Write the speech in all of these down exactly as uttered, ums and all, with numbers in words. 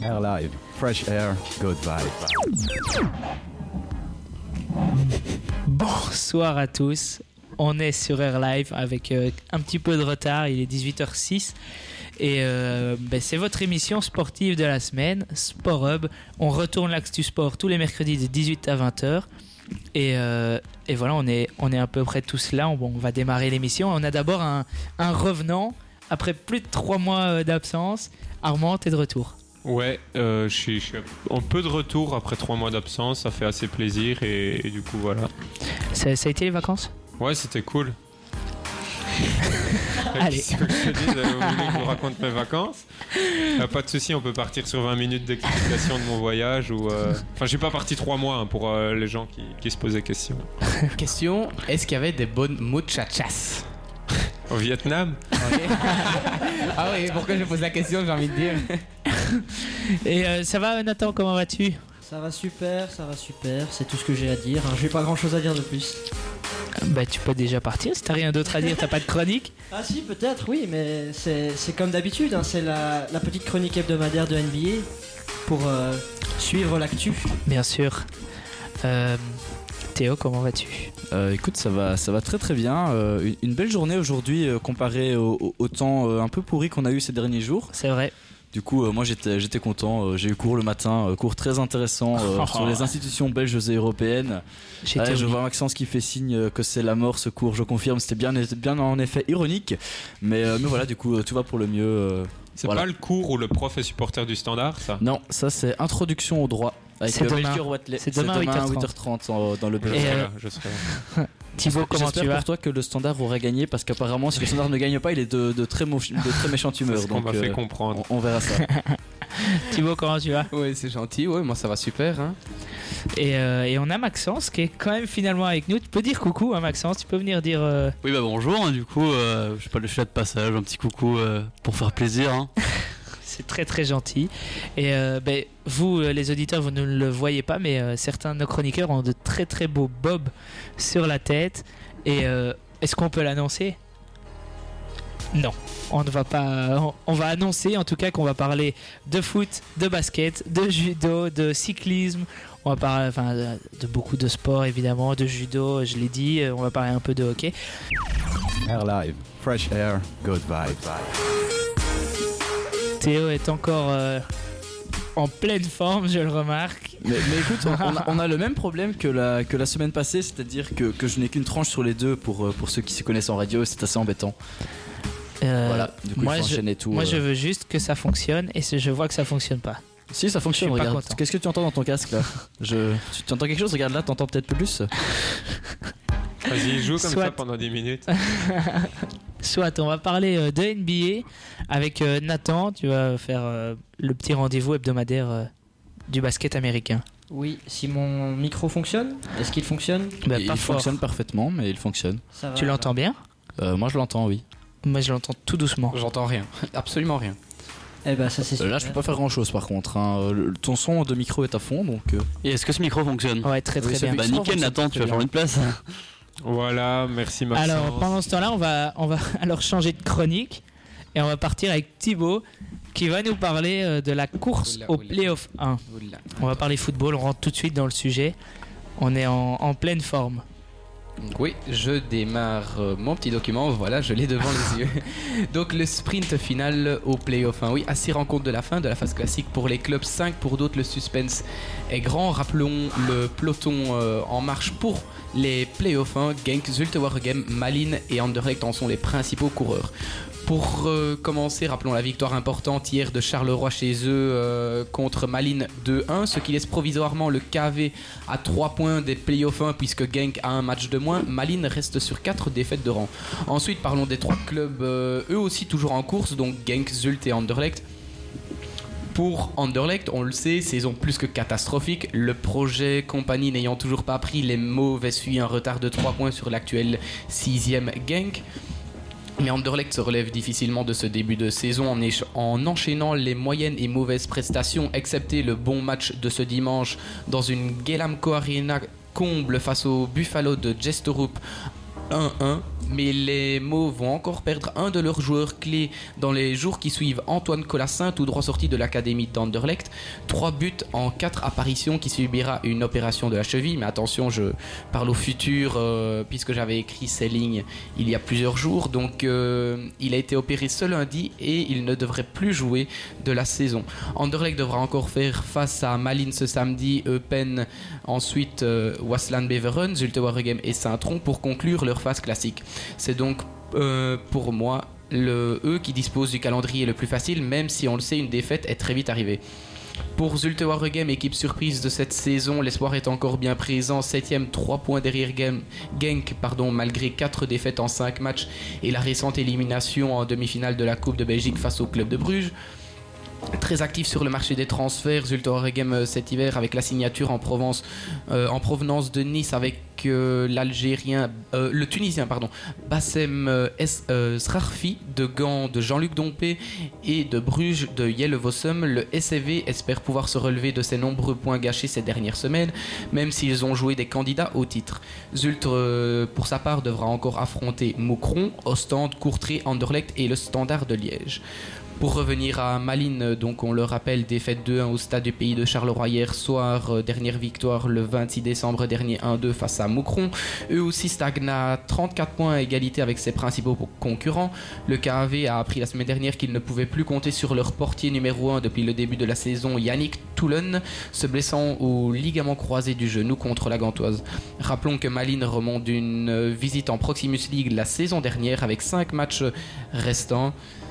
Air Live, fresh air, good vibes. Bonsoir à tous, on est sur Air Live avec euh, un petit peu de retard, il est dix-huit heures six et euh, ben, c'est votre émission sportive de la semaine, Sport Hub. On retourne l'actu sport tous les mercredis de dix-huit à vingt heures et, euh, et voilà, on est, on est à peu près tous là, on, on va démarrer l'émission. On a d'abord un, un revenant après plus de trois mois d'absence. Armand, t'es de retour? Ouais, euh, je suis, je suis un peu de retour après trois mois d'absence, ça fait assez plaisir et, et du coup voilà. Ça, ça a été les vacances? Ouais, c'était cool. Allez. Qu'est-ce que je te dis, vous voulez que je vous raconte mes vacances? euh, Pas de souci, on peut partir sur vingt minutes d'explication de mon voyage. Ou, euh... Enfin, je suis pas parti trois mois hein, pour euh, les gens qui, qui se posaient question. Question, est-ce qu'il y avait des bonnes muchachas au Vietnam? Okay. Ah oui, pourquoi je pose la question, j'ai envie de dire. Et euh, ça va Nathan, comment vas-tu? Ça va super, ça va super, c'est tout ce que j'ai à dire. Hein. J'ai pas grand chose à dire de plus. Bah tu peux déjà partir, si t'as rien d'autre à dire, t'as pas de chronique? Ah si, peut-être, oui, mais c'est, c'est comme d'habitude, hein. C'est la, la petite chronique hebdomadaire de N B A pour euh, suivre l'actu. Bien sûr. Euh, Théo, comment vas-tu? euh, Écoute, ça va, ça va très très bien. Euh, une, une belle journée aujourd'hui euh, comparée au, au, au temps euh, un peu pourri qu'on a eu ces derniers jours. C'est vrai. Du coup, euh, moi j'étais, j'étais content. Euh, j'ai eu cours le matin, euh, cours très intéressant euh, sur les institutions belges et européennes. Ouais, je vois Maxence qui fait signe que c'est la mort ce cours, je confirme. C'était bien, bien en effet ironique. Mais, euh, mais voilà, du coup, tout va pour le mieux. Euh, c'est voilà. pas le cours où le prof est supporter du Standard, ça? Non, ça c'est introduction au droit. Avec c'est, demain. Watley. c'est demain. C'est demain à huit heures trente dans le bureau. Je serai euh... là, je serai là. Thibaut, comment J'espère tu vas? pour toi que le Standard aurait gagné parce qu'apparemment si le Standard ne gagne pas il est de, de, très, mo- de très méchante humeur. C'est ce qu'on donc, m'a fait euh, comprendre. On, on verra ça. Thibaut, comment tu vas? Oui, c'est gentil, ouais, moi ça va super. Hein. Et, euh, et on a Maxence qui est quand même finalement avec nous. Tu peux dire coucou hein, Maxence, tu peux venir dire... Euh... Oui bah bonjour, hein, du coup euh, je sais pas, le chat de passage, un petit coucou euh, pour faire plaisir. Hein. C'est très très gentil. Et euh, ben, vous, les auditeurs, vous ne le voyez pas, mais euh, certains de nos chroniqueurs ont de très très beaux bobs sur la tête. Et euh, est-ce qu'on peut l'annoncer? Non, on ne va pas. On, on va annoncer en tout cas qu'on va parler de foot, de basket, de judo, de cyclisme. On va parler enfin, de, de beaucoup de sports évidemment, de judo, je l'ai dit. On va parler un peu de hockey. Air Live, fresh air, good vibes. Théo est encore euh, en pleine forme, je le remarque. Mais, mais écoute, on, on, a, on a le même problème que la, que la semaine passée, c'est-à-dire que, que je n'ai qu'une tranche sur les deux pour, pour ceux qui se connaissent en radio, c'est assez embêtant. Euh, voilà, du coup moi, il faut je, enchaîner tout. Moi euh... je veux juste que ça fonctionne et je vois que ça fonctionne pas. Si ça fonctionne, regarde. Content. Qu'est-ce que tu entends dans ton casque là? je... Tu, tu entends quelque chose? Regarde là, t'entends peut-être plus. Vas-y, joue comme Soit. ça pendant dix minutes. Soit, on va parler de N B A avec euh, Nathan. Tu vas faire euh, le petit rendez-vous hebdomadaire euh, du basket américain. Oui, si mon micro fonctionne, est-ce qu'il fonctionne? Bah, il pas il fort. fonctionne parfaitement, mais il fonctionne. Ça va, tu l'entends bien? euh, Moi je l'entends, oui. Moi je l'entends tout doucement. J'entends rien, absolument rien. Eh ben ça c'est super. Euh, là je peux pas faire grand chose par contre. Hein. Le, ton son de micro est à fond donc. Euh... Et est-ce que ce micro fonctionne? Ouais, très très oui, bien. Bah nickel Nathan, tu vas changer de place. Voilà, merci Maxence. Alors pendant ce temps-là, on va, on va alors changer de chronique et on va partir avec Thibaut qui va nous parler euh, de la course Oula, au oula. Playoff un. Oula. On va parler football, on rentre tout de suite dans le sujet. On est en, en pleine forme. Donc oui, je démarre euh, mon petit document, voilà, je l'ai devant les yeux. Donc le sprint final au playoff un, oui, à six rencontres de la fin de la phase classique pour les clubs, cinq pour d'autres, le suspense est grand. Rappelons le peloton euh, en marche pour les playoffs un, Genk, Zulte Waregem, Malines et Anderlecht en sont les principaux coureurs. Pour euh, commencer, rappelons la victoire importante hier de Charleroi chez eux euh, contre Malines deux un, ce qui laisse provisoirement le K V à trois points des playoffs un puisque Genk a un match de moins. Malines reste sur quatre défaites de rang. Ensuite, parlons des trois clubs, euh, eux aussi toujours en course, donc Genk, Zulte et Anderlecht. Pour Anderlecht, on le sait, saison plus que catastrophique. Le projet compagnie n'ayant toujours pas pris, les Mauves suit un retard de trois points sur l'actuel sixième Genk. Mais Anderlecht se relève difficilement de ce début de saison en, éche- en enchaînant les moyennes et mauvaises prestations, excepté le bon match de ce dimanche dans une Gelamco Arena comble face au Buffalo de Gesterup un un, mais les Mauves vont encore perdre un de leurs joueurs clés dans les jours qui suivent. Antoine Colassin, tout droit sorti de l'académie d'Anderlecht. Trois buts en quatre apparitions, qui subira une opération de la cheville. Mais attention, je parle au futur euh, puisque j'avais écrit ces lignes il y a plusieurs jours. Donc euh, il a été opéré ce lundi et il ne devrait plus jouer de la saison. Anderlecht devra encore faire face à Malines ce samedi, Eupen, ensuite euh, Waasland Beveren, Zulte Waregem et Saint-Tron pour conclure leur phase classique. C'est donc euh, pour moi le, eux qui disposent du calendrier le plus facile, même si on le sait, une défaite est très vite arrivée. Pour Zulte Waregem, équipe surprise de cette saison, l'espoir est encore bien présent. septième, trois points derrière Genk, pardon, malgré quatre défaites en cinq matchs et la récente élimination en demi-finale de la Coupe de Belgique face au club de Bruges. Très actif sur le marché des transferts, Zulte Waregem cet hiver avec la signature en, Provence, euh, en provenance de Nice avec euh, l'Algérien, euh, le Tunisien pardon, Bassem euh, euh, Srarfi, de Gand de Jean-Luc Dompé et de Bruges de Jelle Vossum. Le S C V espère pouvoir se relever de ses nombreux points gâchés ces dernières semaines, même s'ils ont joué des candidats au titre. Zulte euh, pour sa part devra encore affronter Moukron, Ostende, Courtrai, Anderlecht et le Standard de Liège. Pour revenir à Malines, donc on le rappelle, défaite deux un au stade du Pays de Charleroi hier soir, euh, dernière victoire le vingt-six décembre dernier un deux face à Moukron. Eux aussi stagnent à trente-quatre points à égalité avec ses principaux concurrents. Le K A V a appris la semaine dernière qu'ils ne pouvaient plus compter sur leur portier numéro un depuis le début de la saison, Yannick Toulen, se blessant au ligament croisé du genou contre la Gantoise. Rappelons que Malines remonte d'une visite en Proximus League la saison dernière avec cinq matchs restants.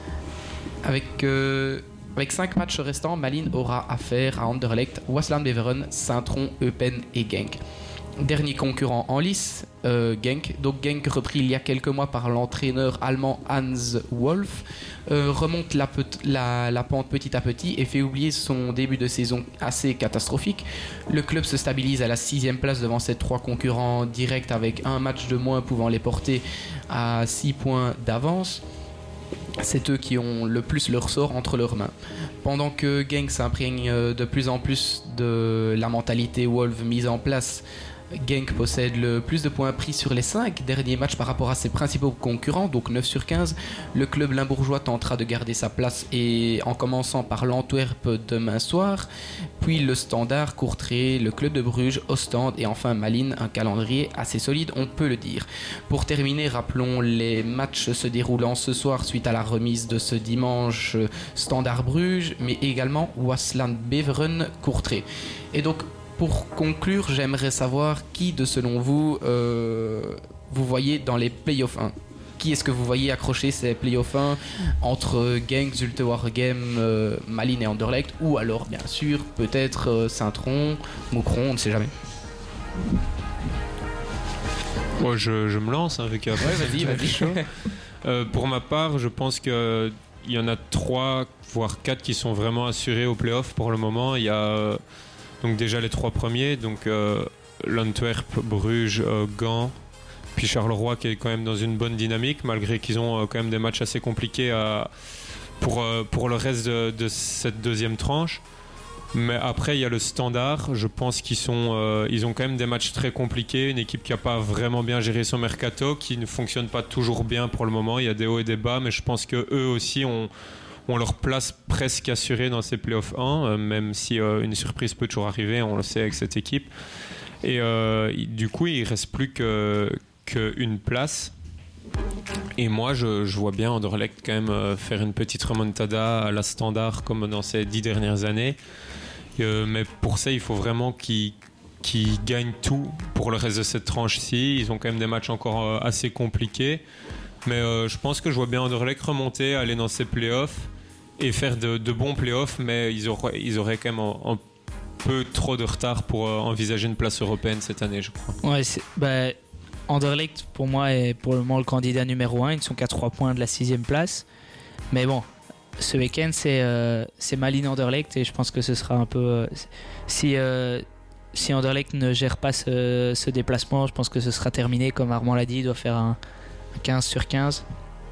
Avec, euh, avec cinq matchs restants, Malines aura affaire à Anderlecht, Waasland Beveren, Saint-Tron, Eupen et Genk. Dernier concurrent en lice, euh, Genk. Donc Genk, repris il y a quelques mois par l'entraîneur allemand Hans Wolf, euh, remonte la, la, la pente petit à petit et fait oublier son début de saison assez catastrophique. Le club se stabilise à la sixième place devant ses trois concurrents directs avec un match de moins pouvant les porter à six points d'avance. C'est eux qui ont le plus leur sort entre leurs mains. Pendant que Genk s'imprègne de plus en plus de la mentalité Wolf mise en place, Genk possède le plus de points pris sur les cinq derniers matchs par rapport à ses principaux concurrents, donc neuf sur quinze. Le club limbourgeois tentera de garder sa place et en commençant par l'Antwerp demain soir, puis le Standard, Courtrai, le club de Bruges, Ostende et enfin Malines, un calendrier assez solide, on peut le dire. Pour terminer, rappelons les matchs se déroulant ce soir suite à la remise de ce dimanche, Standard Bruges, mais également Waasland Beveren, Courtrai. Et donc pour conclure, j'aimerais savoir qui de selon vous, euh, vous voyez dans les playoffs un. Qui est-ce que vous voyez accrocher ces playoffs un entre Genk, Zulte Waregem, euh, Malines et Anderlecht, ou alors bien sûr peut-être euh, Saint-Tron, Moukron, on ne sait jamais. Moi, je, je me lance hein, avec. Ouais, vas-y, vas-y. euh, pour ma part, je pense que il y en a trois voire quatre qui sont vraiment assurés aux playoffs pour le moment. Il y a euh, donc déjà les trois premiers, donc euh, l'Antwerp, Bruges, euh, Gand, puis Charleroi qui est quand même dans une bonne dynamique malgré qu'ils ont euh, quand même des matchs assez compliqués à, pour, euh, pour le reste de, de cette deuxième tranche. Mais après il y a le Standard, je pense qu'ils sont, euh, ils ont quand même des matchs très compliqués, une équipe qui n'a pas vraiment bien géré son mercato, qui ne fonctionne pas toujours bien pour le moment, il y a des hauts et des bas, mais je pense qu'eux aussi ont ont leur place presque assurée dans ces playoffs un, euh, même si euh, une surprise peut toujours arriver, on le sait avec cette équipe. Et euh, du coup, il ne reste plus que, qu'une place. Et moi, je, je vois bien Anderlecht quand même euh, faire une petite remontada à la Standard comme dans ces dix dernières années. Euh, mais pour ça, il faut vraiment qu'ils, qu'ils gagnent tout pour le reste de cette tranche-ci. Ils ont quand même des matchs encore euh, assez compliqués. Mais euh, je pense que je vois bien Anderlecht remonter, aller dans ces playoffs et faire de, de bons playoffs, mais ils auraient, ils auraient quand même un, un peu trop de retard pour euh, envisager une place européenne cette année, je crois. Ouais, c'est, bah, Anderlecht, pour moi, est pour le moment le candidat numéro un. Ils ne sont qu'à trois points de la sixième place. Mais bon, ce week-end, c'est, euh, c'est Malines Anderlecht et je pense que ce sera un peu... Euh, si, euh, si Anderlecht ne gère pas ce, ce déplacement, je pense que ce sera terminé. Comme Armand l'a dit, il doit faire un, un quinze sur quinze.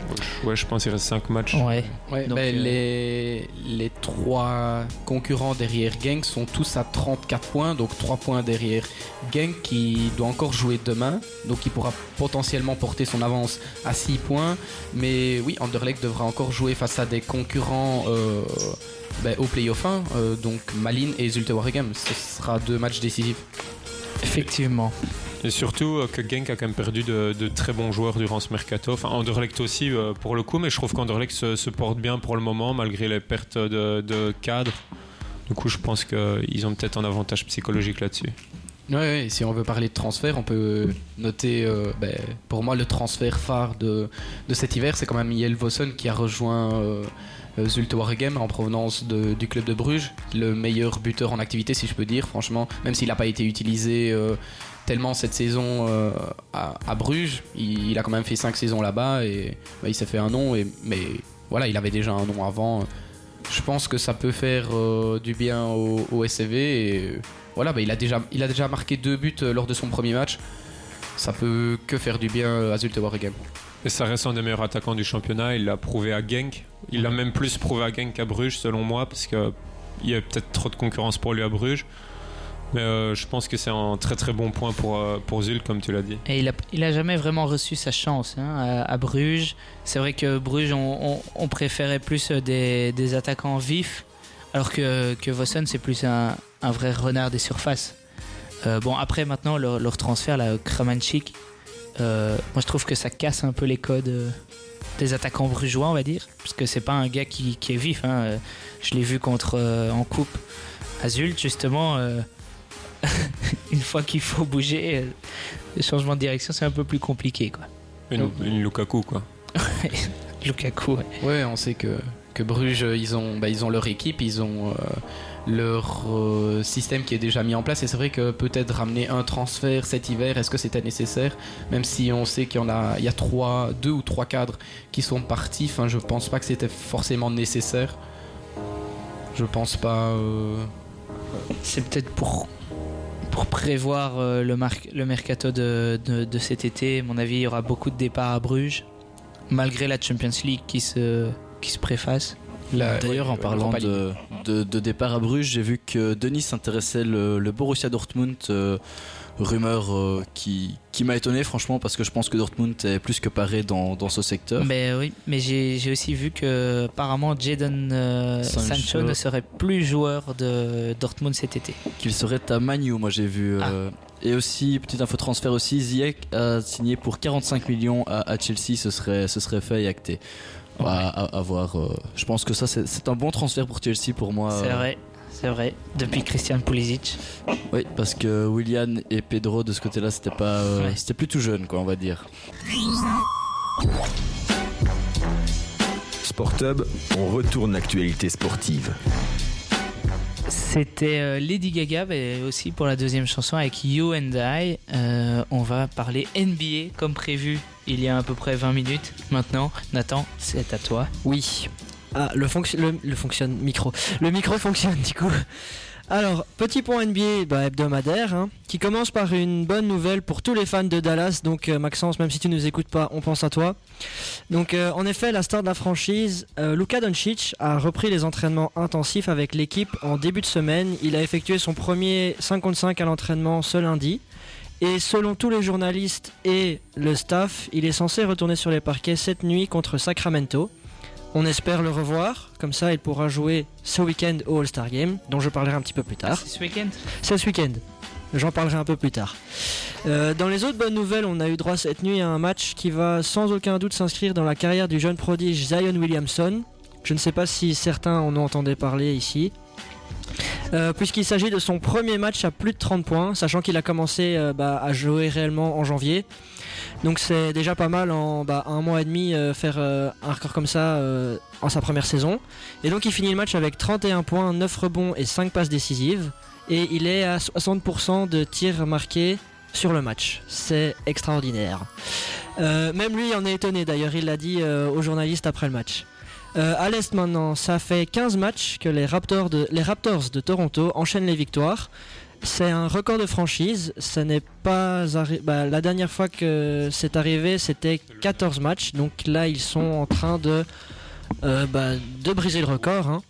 Ouais, je pense qu'il reste cinq matchs. Ouais. Ouais, Donc, ben, euh, les, les trois concurrents derrière Genk sont tous à trente-quatre points, donc trois points derrière Genk qui doit encore jouer demain, donc il pourra potentiellement porter son avance à six points. Mais oui, Anderlecht devra encore jouer face à des concurrents euh, ben, au play-off un, euh, donc Malines et Zulte Waregem. Ce sera deux matchs décisifs. Effectivement. Et surtout euh, que Genk a quand même perdu de, de très bons joueurs durant ce mercato. Enfin, Anderlecht aussi euh, pour le coup, mais je trouve qu'Anderlecht se, se porte bien pour le moment malgré les pertes de, de cadres. Du coup, je pense qu'ils ont peut-être un avantage psychologique là-dessus. Ouais, ouais, si on veut parler de transfert, on peut noter euh, ben, pour moi le transfert phare de, de cet hiver, c'est quand même Jelle Vossen qui a rejoint euh, Zulte Waregem en provenance de, du club de Bruges, le meilleur buteur en activité si je peux dire, franchement, même s'il n'a pas été utilisé euh, tellement cette saison euh, à, à Bruges, il, il a quand même fait cinq saisons là-bas et ben, il s'est fait un nom, et, mais voilà, il avait déjà un nom avant. Je pense que ça peut faire euh, du bien au, au S C V et voilà, bah, il, a déjà, il a déjà marqué deux buts lors de son premier match. Ça peut que faire du bien à Zulte Waregem. Et ça reste un des meilleurs attaquants du championnat. Il l'a prouvé à Genk. Il l'a même plus prouvé à Genk qu'à Bruges, selon moi, parce qu'il y a peut-être trop de concurrence pour lui à Bruges. Mais euh, je pense que c'est un très très bon point pour, euh, pour Zulte, comme tu l'as dit. Et il a, il a jamais vraiment reçu sa chance hein, à, à Bruges. C'est vrai que Bruges, on, on, on préférait plus des, des attaquants vifs, alors que, que Vossen, c'est plus un, un vrai renard des surfaces. Euh, bon, après, maintenant, leur, leur transfert, là, Kramanchik, euh, moi je trouve que ça casse un peu les codes euh, des attaquants brugeois, on va dire, parce que c'est pas un gars qui, qui est vif. Hein. Je l'ai vu contre, euh, en coupe à Zulte, justement. Euh, une fois qu'il faut bouger, euh, le changement de direction, c'est un peu plus compliqué, quoi. Une, une Lukaku, quoi. Lukaku, ouais. Ouais, on sait que, que Bruges, ils ont, bah, ils ont leur équipe, ils ont euh, leur euh, système qui est déjà mis en place. Et c'est vrai que peut-être ramener un transfert cet hiver, est-ce que c'était nécessaire? Même si on sait qu'il y en a, il y a trois, deux ou trois cadres qui sont partis. Enfin, je pense pas que c'était forcément nécessaire. Je pense pas. Euh... C'est peut-être pour. Pour prévoir euh, le, mar- le mercato de, de, de cet été, à mon avis, il y aura beaucoup de départs à Bruges, malgré la Champions League qui se, qui se préface. La, D'ailleurs, ouais, en parlant de, de, de départ à Bruges, j'ai vu que Denis intéressait le, le Borussia Dortmund, euh, rumeur euh, qui, qui m'a étonné franchement, parce que je pense que Dortmund est plus que paré dans, dans ce secteur. Mais oui, mais j'ai, j'ai aussi vu que apparemment Jadon euh, Sancho. Sancho ne serait plus joueur de Dortmund cet été. Qu'il serait à Man U, moi j'ai vu. Ah. Euh, et aussi, petite info transfert aussi, Ziyech a signé pour quarante-cinq millions à, à Chelsea, ce serait, ce serait fait et acté. Ouais. À, à, à voir. Euh, je pense que ça c'est, c'est un bon transfert pour Chelsea pour moi. C'est euh, vrai. C'est vrai, depuis Christian Pulisic. Oui, parce que Willian et Pedro de ce côté-là, c'était pas, euh, ouais. c'était plus tout jeune, quoi, on va dire. Sport Hub, on retourne l'actualité sportive. C'était euh, Lady Gaga, mais aussi pour la deuxième chanson avec You and I. Euh, on va parler N B A comme prévu il y a à peu près vingt minutes maintenant. Nathan, c'est à toi. Oui. Ah, le, fonction, le, le fonctionne micro. Le micro fonctionne du coup. Alors, petit point N B A bah, hebdomadaire, hein, qui commence par une bonne nouvelle pour tous les fans de Dallas. Donc euh, Maxence, même si tu nous écoutes pas, on pense à toi. Donc euh, en effet, la star de la franchise, euh, Luka Doncic, a repris les entraînements intensifs avec l'équipe en début de semaine. Il a effectué son premier cinq contre cinq à l'entraînement ce lundi. Et selon tous les journalistes et le staff, il est censé retourner sur les parquets cette nuit contre Sacramento. On espère le revoir, comme ça il pourra jouer ce week-end au All-Star Game, dont je parlerai un petit peu plus tard. Ah, c'est ce week-end ? C'est ce week-end, j'en parlerai un peu plus tard. Euh, dans les autres bonnes nouvelles, on a eu droit cette nuit à un match qui va sans aucun doute s'inscrire dans la carrière du jeune prodige Zion Williamson. Je ne sais pas si certains en ont entendu parler ici. Euh, puisqu'il s'agit de son premier match à plus de trente points, sachant qu'il a commencé euh, bah, à jouer réellement en janvier. Donc c'est déjà pas mal en bah, un mois et demi euh, faire euh, un record comme ça euh, en sa première saison. Et donc il finit le match avec trente et un points, neuf rebonds et cinq passes décisives. Et il est à soixante pour cent de tirs marqués sur le match. C'est extraordinaire. Euh, même lui en est étonné d'ailleurs, il l'a dit euh, aux journalistes après le match. Euh, à l'Est maintenant, ça fait quinze matchs que les Raptors, de, les Raptors de Toronto enchaînent les victoires. c'est un record de franchise. Ça n'est pas arri- bah, la dernière fois que c'est arrivé, c'était quatorze matchs. Donc là, ils sont en train de, euh, bah, de briser le record. Hein.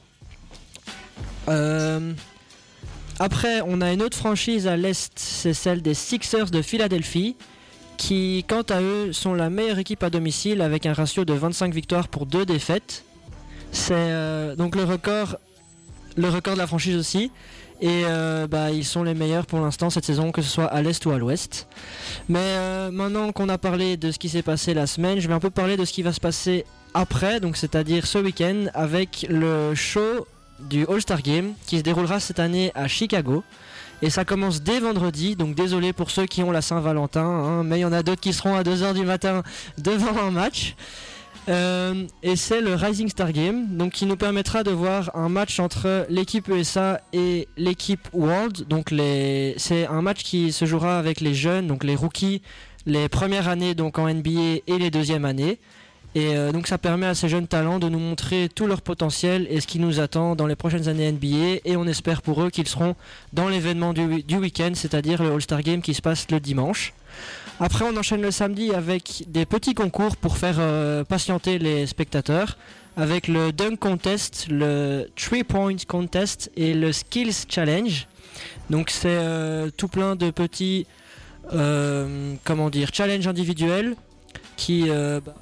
Euh, après, on a une autre franchise à l'Est, c'est celle des Sixers de Philadelphie, qui, quant à eux, sont la meilleure équipe à domicile avec un ratio de vingt-cinq victoires pour deux défaites. C'est euh, donc le record, le record de la franchise aussi. Et euh, bah, ils sont les meilleurs pour l'instant cette saison, que ce soit à l'Est ou à l'Ouest. Mais euh, maintenant qu'on a parlé de ce qui s'est passé la semaine, je vais un peu parler de ce qui va se passer après, donc c'est-à-dire ce week-end, avec le show du All-Star Game qui se déroulera cette année à Chicago. Et ça commence dès vendredi, donc désolé pour ceux qui ont la Saint-Valentin, hein, mais il y en a d'autres qui seront à deux heures du matin devant un match. Euh, et c'est le Rising Star Game, donc qui nous permettra de voir un match entre l'équipe U S A et l'équipe World. Donc les, c'est un match qui se jouera avec les jeunes, donc les rookies, les premières années donc en N B A et les deuxièmes années. Et euh, donc ça permet à ces jeunes talents de nous montrer tout leur potentiel et ce qui nous attend dans les prochaines années N B A. Et on espère pour eux qu'ils seront dans l'événement du, du week-end, c'est-à-dire le All-Star Game qui se passe le dimanche. Après, on enchaîne le samedi avec des petits concours pour faire euh, patienter les spectateurs, avec le Dunk Contest, le Three Point Contest et le Skills Challenge. Donc c'est euh, tout plein de petits euh, comment dire, challenges individuels qui euh, bah,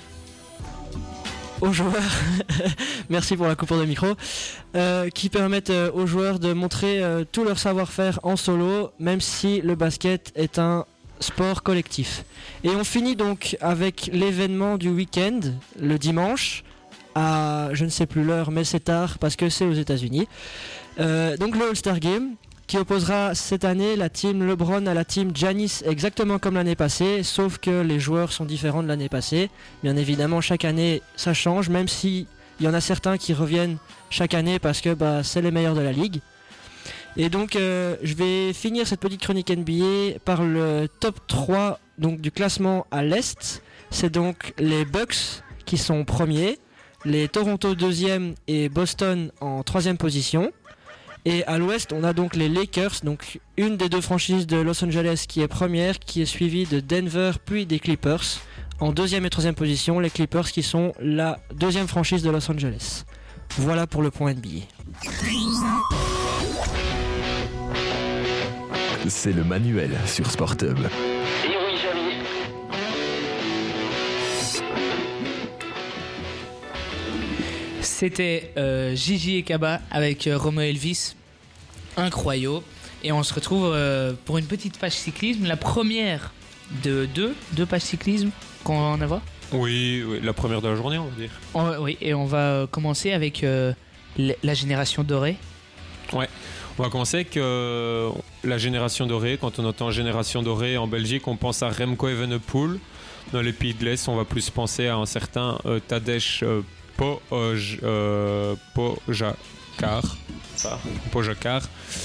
aux joueurs merci pour la coupure de micro euh, qui permettent euh, aux joueurs de montrer euh, tout leur savoir-faire en solo, même si le basket est un sport collectif. Et on finit donc avec l'événement du week-end, le dimanche, à je ne sais plus l'heure, mais c'est tard parce que c'est aux États-Unis. Euh, donc le All-Star Game qui opposera cette année la team LeBron à la team Giannis, exactement comme l'année passée, sauf que les joueurs sont différents de l'année passée. Bien évidemment, chaque année ça change, même si il y en a certains qui reviennent chaque année parce que bah, c'est les meilleurs de la ligue. Et donc euh, je vais finir cette petite chronique N B A par le top trois donc, du classement à l'Est. C'est donc les Bucks qui sont premiers, les Toronto deuxième et Boston en troisième position. Et à l'Ouest, on a donc les Lakers, donc une des deux franchises de Los Angeles qui est première, qui est suivie de Denver puis des Clippers. En deuxième et troisième position, les Clippers qui sont la deuxième franchise de Los Angeles. Voilà pour le point N B A. C'est le manuel sur Sporthub. C'était euh, Gigi et Kaba avec euh, Romo Elvis, incroyable. Et on se retrouve euh, pour une petite page cyclisme, la première de deux, deux pages cyclisme qu'on va en avoir. Oui, oui, la première de la journée, on va dire. On, oui, et on va euh, commencer avec euh, la génération dorée. Ouais, on va commencer avec euh, la génération dorée. Quand on entend génération dorée en Belgique, on pense à Remco Evenepoel. Dans les Pays de l'Est, on va plus penser à un certain euh, Tadej euh, Poj, euh, Pogacar, ça, Pogacar.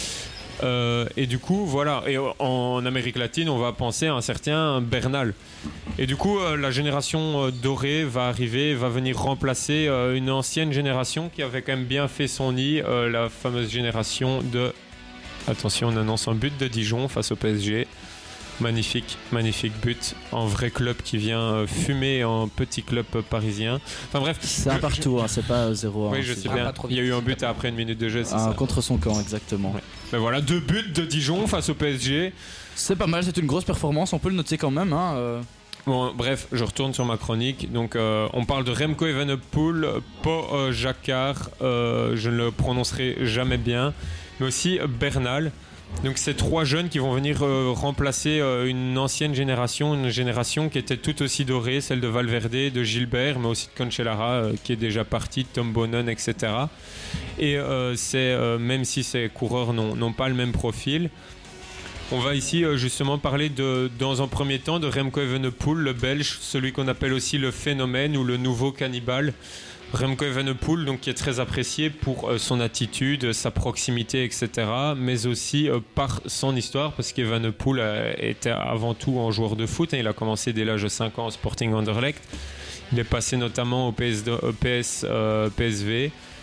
Euh, et du coup, voilà. Et en Amérique latine, on va penser à un certain Bernal. Et du coup, euh, la génération euh, dorée va arriver, va venir remplacer euh, une ancienne génération qui avait quand même bien fait son nid, euh, la fameuse génération de. Attention, on annonce un but de Dijon face au P S G. Magnifique, magnifique but. En vrai club qui vient fumer en petit club parisien. Enfin bref. C'est un partout, hein, c'est pas zéro un. Oui, je sais bien. Il y a eu un but après une minute de jeu, c'est un ça. Contre son camp, exactement. Ouais. Ben voilà, deux buts de Dijon face au P S G. C'est pas mal, c'est une grosse performance, on peut le noter quand même. Hein, euh... Bon, bref, je retourne sur ma chronique. Donc, euh, on parle de Remco Evenepoel, Pogacar, euh, je ne le prononcerai jamais bien, mais aussi Bernal. Donc c'est trois jeunes qui vont venir euh, remplacer euh, une ancienne génération, une génération qui était tout aussi dorée, celle de Valverde, de Gilbert, mais aussi de Cancellara euh, qui est déjà parti, de Tom Bonnen, et cetera. Et euh, c'est, euh, même si ces coureurs n'ont, n'ont pas le même profil, on va ici euh, justement parler de, dans un premier temps de Remco Evenepoel, le Belge, celui qu'on appelle aussi le phénomène ou le nouveau cannibale. Remco Evenepoel, donc, qui est très apprécié pour euh, son attitude, sa proximité, et cetera, mais aussi euh, par son histoire, parce qu'Evenepoel euh, était avant tout un joueur de foot. Hein, il a commencé dès l'âge de cinq ans au Sporting Anderlecht. Il est passé notamment au P S, au P S, euh, P S V. Pour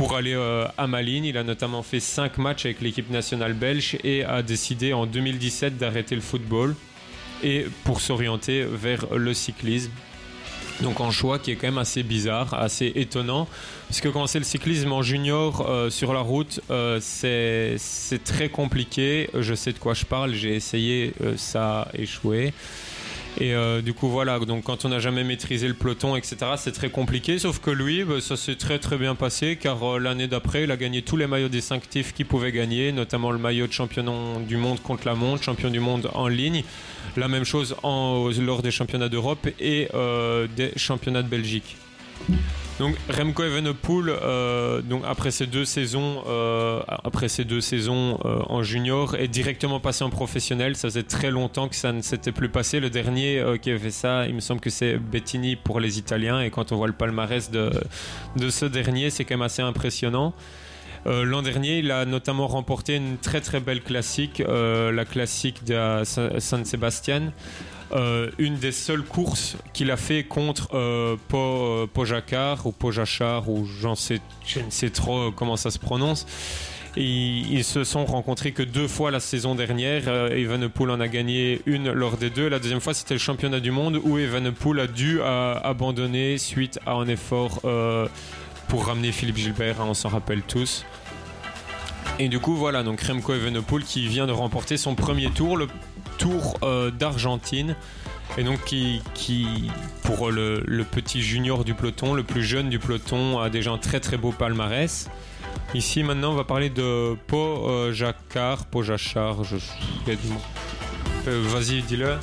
pour aller euh, à Malines. Il a notamment fait cinq matchs avec l'équipe nationale belge et a décidé en deux mille dix-sept d'arrêter le football et pour s'orienter vers le cyclisme. Donc un choix qui est quand même assez bizarre, assez étonnant, parce que quand c'est le cyclisme en junior euh, sur la route, euh, c'est, c'est très compliqué. Je sais de quoi je parle, j'ai essayé, euh, ça a échoué. Et euh, du coup voilà, donc quand on n'a jamais maîtrisé le peloton, et cetera, c'est très compliqué, sauf que lui, bah, ça s'est très très bien passé, car euh, l'année d'après, il a gagné tous les maillots distinctifs qu'il pouvait gagner, notamment le maillot de champion du monde contre la montre, champion du monde en ligne, la même chose en, lors des championnats d'Europe et euh, des championnats de Belgique. Donc Remco Evenepoel, euh, donc après ces deux saisons, euh, après ces deux saisons euh, en junior, est directement passé en professionnel. Ça faisait très longtemps que ça ne s'était plus passé. Le dernier euh, qui a fait ça, il me semble que c'est Bettini pour les Italiens. Et quand on voit le palmarès de, de ce dernier, c'est quand même assez impressionnant. Euh, l'an dernier, il a notamment remporté une très très belle classique, euh, la classique de San Sebastian. Euh, une des seules courses qu'il a fait contre euh, Po, euh, Pogačar ou Pogačar ou j'en sais, je ne sais trop comment ça se prononce. Et ils se sont rencontrés que deux fois la saison dernière. Euh, Evenepoel en a gagné une lors des deux. La deuxième fois, c'était le championnat du monde où Evenepoel a dû euh, abandonner suite à un effort euh, pour ramener Philippe Gilbert, hein, on s'en rappelle tous. Et du coup, voilà, donc Remco Evenepoel qui vient de remporter son premier tour, le Tour euh, d'Argentine, et donc qui, qui pour le, le petit junior du peloton, le plus jeune du peloton, a déjà un très très beau palmarès. Ici maintenant on va parler de Pogačar, Pogačar, je... euh, vas-y dis-le.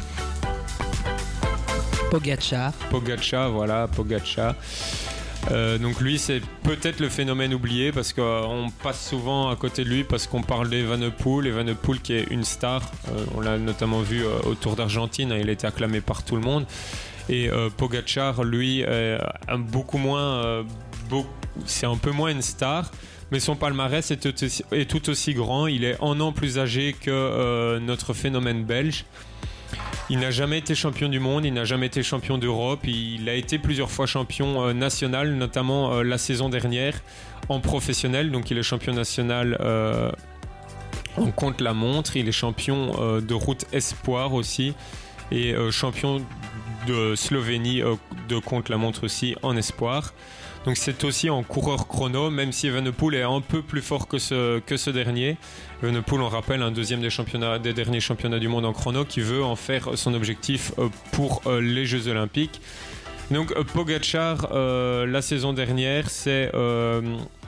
Pogačar. Pogačar, voilà, Pogačar. Euh, donc lui c'est peut-être le phénomène oublié parce qu'on euh, passe souvent à côté de lui parce qu'on parle d'Evenepoel, Evenepoel qui est une star, euh, on l'a notamment vu euh, au Tour d'Argentine, hein, il a été acclamé par tout le monde, et euh, Pogačar lui euh, a beaucoup moins, euh, beaucoup, c'est un peu moins une star, mais son palmarès est tout aussi, est tout aussi grand, il est un an plus âgé que euh, notre phénomène belge. Il n'a jamais été champion du monde, il n'a jamais été champion d'Europe, il a été plusieurs fois champion euh, national, notamment euh, la saison dernière en professionnel, donc il est champion national euh, en contre-la-montre, il est champion euh, de route espoir aussi, et euh, champion de Slovénie euh, de contre-la-montre aussi en espoir. Donc c'est aussi en coureur chrono, même si Evenepoel est un peu plus fort que ce, que ce dernier. Evenepoel, on rappelle, un deuxième des, championnats, des derniers championnats du monde en chrono, qui veut en faire son objectif pour les Jeux Olympiques. Donc Pogačar, euh, la saison dernière, c'est euh,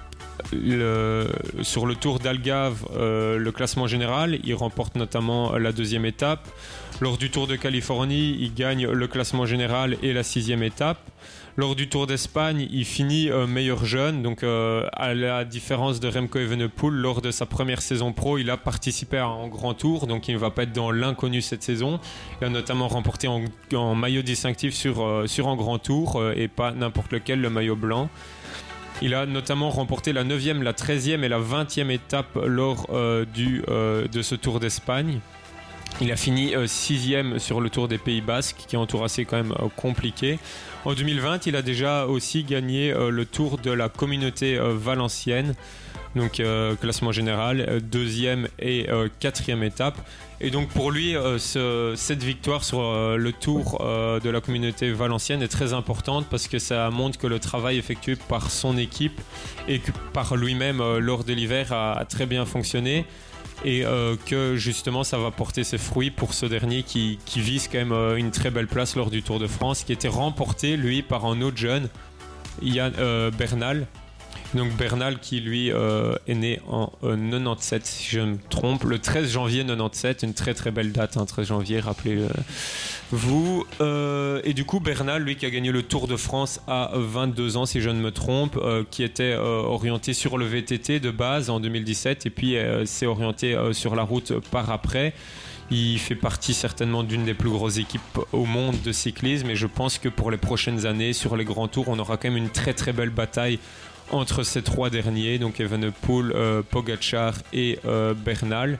le, sur le Tour d'Algarve, euh, le classement général. Il remporte notamment la deuxième étape. Lors du Tour de Californie, il gagne le classement général et la sixième étape. Lors du Tour d'Espagne, il finit euh, meilleur jeune. Donc, euh, à la différence de Remco Evenepoel, lors de sa première saison pro, il a participé à un grand tour. Donc, il ne va pas être dans l'inconnu cette saison. Il a notamment remporté en, en maillot distinctif sur, euh, sur un grand tour euh, et pas n'importe lequel, le maillot blanc. Il a notamment remporté la neuvième, la treizième et la vingtième étape lors euh, du, euh, de ce Tour d'Espagne. Il a fini euh, sixième sur le Tour des Pays Basques, qui est un tour assez quand même euh, compliqué. En deux mille vingt, il a déjà aussi gagné euh, le Tour de la Communauté euh, Valencienne, donc euh, classement général, euh, deuxième et euh, quatrième étape. Et donc pour lui, euh, ce, cette victoire sur euh, le Tour euh, de la Communauté Valencienne est très importante parce que ça montre que le travail effectué par son équipe et que par lui-même euh, lors de l'hiver a, a très bien fonctionné. Et euh, que justement ça va porter ses fruits pour ce dernier qui, qui vise quand même euh, une très belle place lors du Tour de France, qui était remporté lui par un autre jeune, Yann euh, Bernal. Donc Bernal qui lui euh, est né en euh, quatre-vingt-dix-sept si je me trompe, le treize janvier quatre-vingt-dix-sept, une très très belle date, hein, treize janvier, rappelez-vous. Euh, et du coup Bernal, lui qui a gagné le Tour de France à vingt-deux ans si je ne me trompe, euh, qui était euh, orienté sur le V T T de base en deux mille dix-sept et puis euh, s'est orienté euh, sur la route par après. Il fait partie certainement d'une des plus grosses équipes au monde de cyclisme et je pense que pour les prochaines années sur les grands tours on aura quand même une très très belle bataille entre ces trois derniers, donc Evenepoel, euh, Pogačar et euh, Bernal.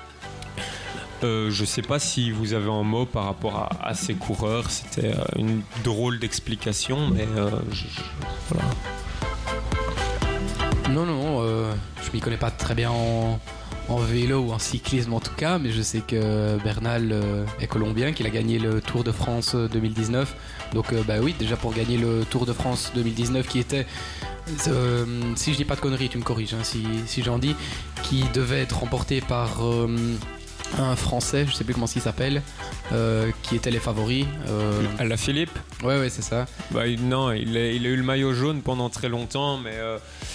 Euh, je ne sais pas si vous avez un mot par rapport à, à ces coureurs, c'était euh, une drôle d'explication, mais euh, je, je, voilà. Non, non, euh, je m'y connais pas très bien en, en vélo ou en cyclisme en tout cas, mais je sais que Bernal euh, est colombien, qu'il a gagné le Tour de France deux mille dix-neuf. Donc euh, bah oui, déjà pour gagner le Tour de France deux mille dix-neuf qui était, euh, si je dis pas de conneries, tu me corriges hein, si, si j'en dis, qui devait être remporté par euh, un Français, je sais plus comment il s'appelle, euh, qui étaient les favoris. Euh... Alaphilippe. Ouais, ouais, c'est ça. Bah, non, il a, il a eu le maillot jaune pendant très longtemps, mais euh,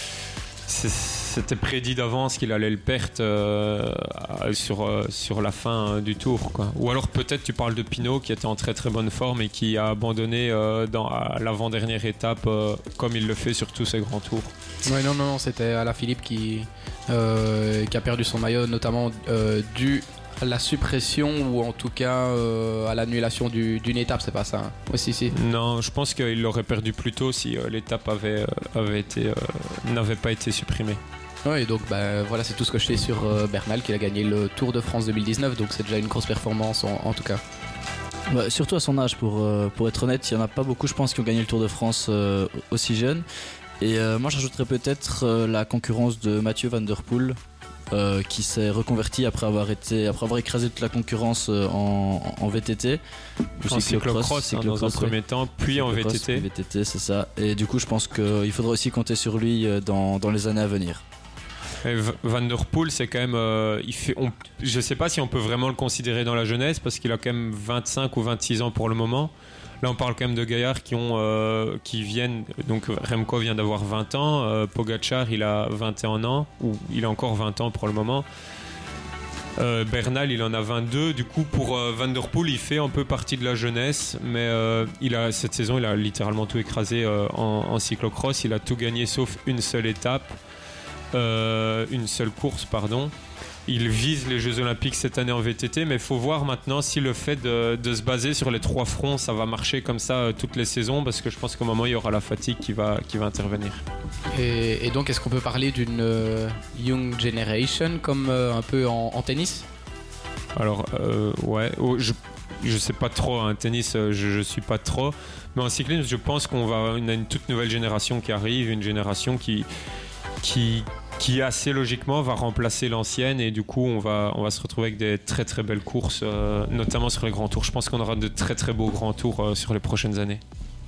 c'était prédit d'avance qu'il allait le perdre euh, sur, euh, sur la fin euh, du tour, quoi. Ou alors peut-être tu parles de Pinot qui était en très très bonne forme et qui a abandonné euh, dans, à l'avant-dernière étape, euh, comme il le fait sur tous ses grands tours. Ouais, non, non, non, c'était Alaphilippe qui, euh, qui a perdu son maillot, notamment euh, dû à la suppression ou en tout cas euh, à l'annulation du, d'une étape, c'est pas ça hein. Oui, si, si. Non, je pense qu'il l'aurait perdu plus tôt si euh, l'étape avait, euh, avait été, euh, n'avait pas été supprimée. Oui, donc bah, voilà, c'est tout ce que je sais sur euh, Bernal, qui a gagné le Tour de France deux mille dix-neuf, donc c'est déjà une grosse performance en, en tout cas. Bah, surtout à son âge, pour, euh, pour être honnête, il n'y en a pas beaucoup, je pense, qui ont gagné le Tour de France euh, aussi jeune. Et euh, moi, j'ajouterais peut-être euh, la concurrence de Mathieu Van Der Poel. Euh, qui s'est reconverti après avoir été après avoir écrasé toute la concurrence euh, en, en V T T, en cyclocross hein, dans un premier temps, puis en V T T. V T T, c'est ça. Et du coup, je pense qu'il faudra aussi compter sur lui dans, dans les années à venir. Et Van Der Poel, c'est quand même, euh, il fait, on, je sais pas si on peut vraiment le considérer dans la jeunesse parce qu'il a quand même vingt-cinq ou vingt-six ans pour le moment. Là, on parle quand même de gaillards qui ont, euh, qui viennent. Donc, Remco vient d'avoir vingt ans, euh, Pogacar, il a vingt et un ans, ou il a encore vingt ans pour le moment. Euh, Bernal, il en a vingt-deux. Du coup, pour euh, Van Der Poel, il fait un peu partie de la jeunesse, mais euh, il a cette saison, il a littéralement tout écrasé euh, en, en cyclocross. Il a tout gagné sauf une seule étape, euh, une seule course, pardon. Il vise les Jeux Olympiques cette année en V T T, mais il faut voir maintenant si le fait de, de se baser sur les trois fronts, ça va marcher comme ça euh, toutes les saisons, parce que je pense qu'au moment il y aura la fatigue qui va, qui va intervenir. Et, et donc, est-ce qu'on peut parler d'une euh, Young Generation comme euh, un peu en, en tennis ? Alors, euh, ouais, oh, je, je sais pas trop, hein, tennis, je, je suis pas trop, mais en cyclisme, je pense qu'on va, on a une toute nouvelle génération qui arrive, une génération qui, qui qui assez logiquement va remplacer l'ancienne et du coup on va, on va se retrouver avec des très très belles courses, euh, notamment sur les grands tours. Je pense qu'on aura de très très beaux grands tours euh, sur les prochaines années.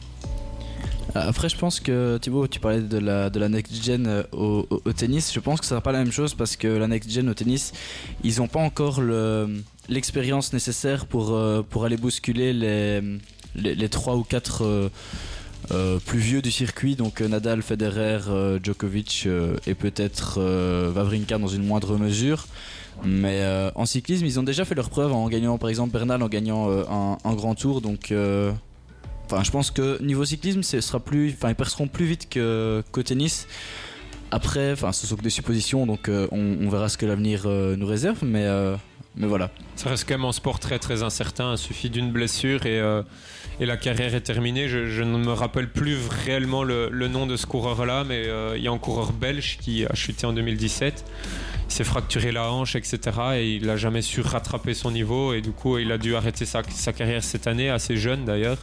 Après, je pense que Thibaut, tu parlais de la, de la next gen au, au, au tennis. Je pense que ça sera pas la même chose parce que la next gen au tennis, ils n'ont pas encore le, l'expérience nécessaire pour, euh, pour aller bousculer les, les, les trois ou quatre euh, Euh, plus vieux du circuit, donc euh, Nadal, Federer, euh, Djokovic euh, et peut-être euh, Wawrinka dans une moindre mesure. Mais euh, en cyclisme, ils ont déjà fait leurs preuves en gagnant, par exemple, Bernal en gagnant euh, un, un grand tour. Donc, euh, enfin, je pense que niveau cyclisme, ce sera plus, enfin, ils perceront plus vite que, qu'au tennis. Après, enfin, ce sont que des suppositions, donc euh, on, on verra ce que l'avenir euh, nous réserve. Mais, euh, mais voilà. Ça reste quand même un sport très très incertain. Il suffit d'une blessure et euh, et la carrière est terminée. Je, je ne me rappelle plus réellement le, le nom de ce coureur-là, mais euh, il y a un coureur belge qui a chuté en deux mille dix-sept. Il s'est fracturé la hanche, et cetera. Et il n'a jamais su rattraper son niveau. Et du coup, il a dû arrêter sa, sa carrière cette année, assez jeune d'ailleurs.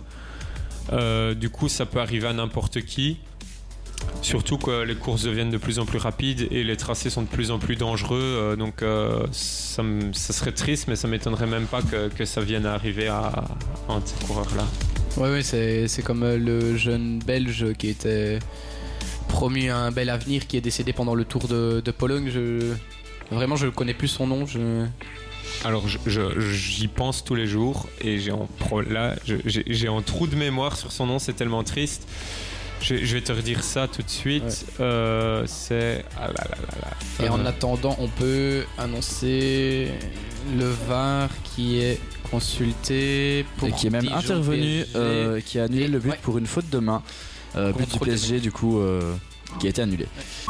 Euh, du coup, ça peut arriver à n'importe qui. Surtout que les courses deviennent de plus en plus rapides et les tracés sont de plus en plus dangereux. Euh, donc euh, ça, m- ça serait triste, mais ça m'étonnerait même pas que, que ça vienne à arriver à, à un de ces coureurs-là. Oui, oui, c'est, c'est comme le jeune Belge qui était promu à un bel avenir, qui est décédé pendant le Tour de, de Pologne. Je, vraiment, je ne connais plus son nom. Je... Alors je, je, j'y pense tous les jours et j'ai un, pro- là, je, j'ai, j'ai un trou de mémoire sur son nom, c'est tellement triste. Je, je vais te redire ça tout de suite. Ouais. Euh, c'est. Ah là là là là. Et en attendant, on peut annoncer le V A R qui est consulté pour. Et qui est même intervenu, euh, qui a annulé et, le but ouais. pour une faute de main. Euh, but du P S G, du coup, euh, qui a été annulé.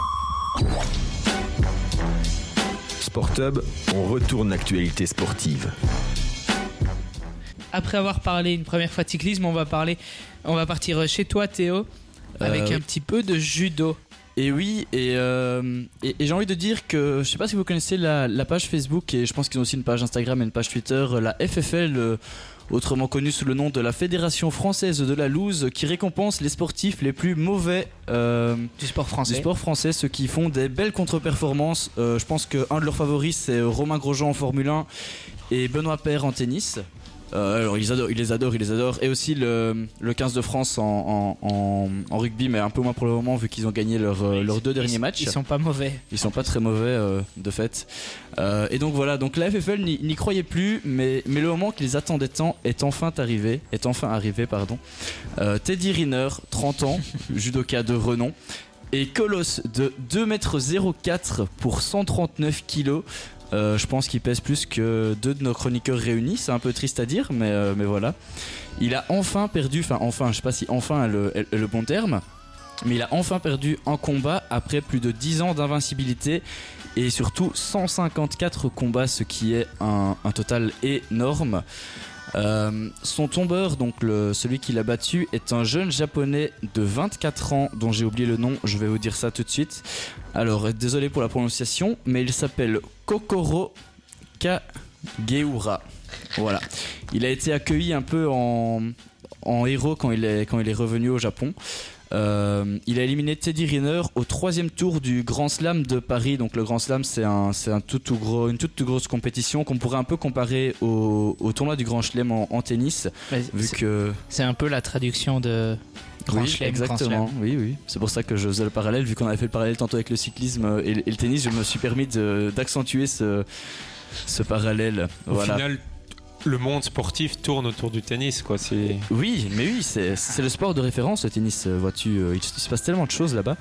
Sportub, on retourne l'actualité sportive. Après avoir parlé une première fois de cyclisme, on va parler, on va partir chez toi, Théo. Avec euh, un petit peu de judo. Et oui, et, euh, et, et j'ai envie de dire que je sais pas si vous connaissez la, la page Facebook et je pense qu'ils ont aussi une page Instagram et une page Twitter, la F F L, euh, autrement connue sous le nom de la Fédération Française de la Loose, qui récompense les sportifs les plus mauvais euh, du sport français. Du sport français, ceux qui font des belles contre-performances. Euh, je pense qu'un de leurs favoris, c'est Romain Grosjean en Formule un et Benoît Paire en tennis. Euh, alors ils, adorent, ils les adorent, ils les adorent. Et aussi le, le quinze de France en, en, en, en rugby, mais un peu moins pour le moment vu qu'ils ont gagné leur, oui, leurs deux ils, derniers matchs. Ils sont pas mauvais. Ils sont pas très mauvais euh, de fait. Euh, et donc voilà, donc la F F L n'y, n'y croyait plus, mais, mais le moment qu'ils attendaient tant est enfin arrivé. Est enfin arrivé, pardon. Euh, Teddy Riner, trente ans, judoka de renom, et colosse de deux mètres zéro quatre pour cent trente-neuf kilos. Euh, je pense qu'il pèse plus que deux de nos chroniqueurs réunis, c'est un peu triste à dire, mais, euh, mais voilà. Il a enfin perdu, enfin enfin, je sais pas si enfin est le, est le bon terme, mais il a enfin perdu un combat après plus de dix ans d'invincibilité et surtout cent cinquante-quatre combats, ce qui est un, un total énorme. Euh, son tombeur, donc le, celui qui l'a battu, est un jeune japonais de vingt-quatre ans dont j'ai oublié le nom, je vais vous dire ça tout de suite. Alors désolé pour la prononciation, mais il s'appelle Kokoro Kageura. Voilà. Il a été accueilli un peu en, en héros quand il est, quand il est revenu au Japon. Euh, il a éliminé Teddy Riner au troisième tour du Grand Slam de Paris. Donc le Grand Slam, c'est, un, c'est un tout, tout gros, une toute, toute grosse compétition qu'on pourrait un peu comparer au, au tournoi du Grand Chelem en, en tennis. Vu c'est, que... c'est un peu la traduction de Grand oui, Chelem. Exactement. Oui, oui. C'est pour ça que je faisais le parallèle. Vu qu'on avait fait le parallèle tantôt avec le cyclisme et, et le tennis, je me suis permis de, d'accentuer ce, ce parallèle. Au voilà. final, le monde sportif tourne autour du tennis, quoi. C'est... Oui, mais oui, c'est, c'est le sport de référence, le tennis, vois-tu. Il, il se passe tellement de choses là-bas.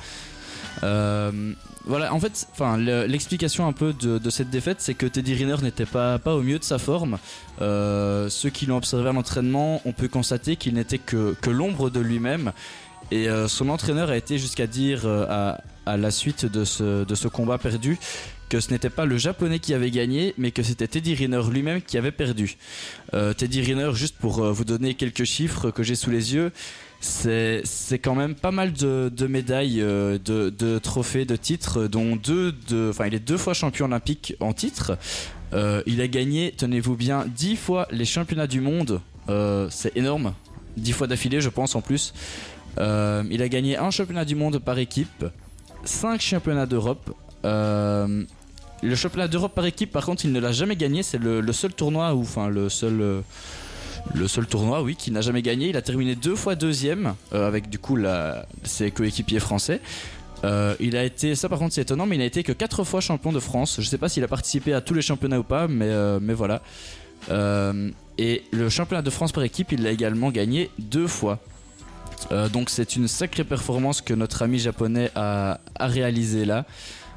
Euh, voilà, en fait, le, l'explication un peu de, de cette défaite, c'est que Teddy Riner n'était pas, pas au mieux de sa forme. Euh, ceux qui l'ont observé à l'entraînement, on peut constater qu'il n'était que, que l'ombre de lui-même. Et euh, son entraîneur a été jusqu'à dire euh, à, à la suite de ce, de ce combat perdu que ce n'était pas le japonais qui avait gagné, mais que c'était Teddy Riner lui-même qui avait perdu. Euh, Teddy Riner, juste pour euh, vous donner quelques chiffres que j'ai sous les yeux, c'est, c'est quand même pas mal de, de médailles, euh, de, de trophées, de titres, dont deux, de, enfin il est deux fois champion olympique en titre. Euh, il a gagné, tenez-vous bien, dix fois les championnats du monde. Euh, c'est énorme, dix fois d'affilée, je pense en plus. Euh, il a gagné un championnat du monde par équipe, cinq championnats d'Europe. Euh, le championnat d'Europe par équipe, par contre, il ne l'a jamais gagné. C'est le, le seul tournoi, ou enfin le seul, euh, le seul tournoi, oui, qu'il n'a jamais gagné. Il a terminé deux fois deuxième euh, avec du coup la, ses coéquipiers français. Euh, il a été, ça par contre c'est étonnant, mais il n'a été que quatre fois champion de France. Je sais pas s'il a participé à tous les championnats ou pas, mais euh, mais voilà. Euh, et le championnat de France par équipe, il l'a également gagné deux fois. Euh, donc c'est une sacrée performance que notre ami japonais a, a réalisé là.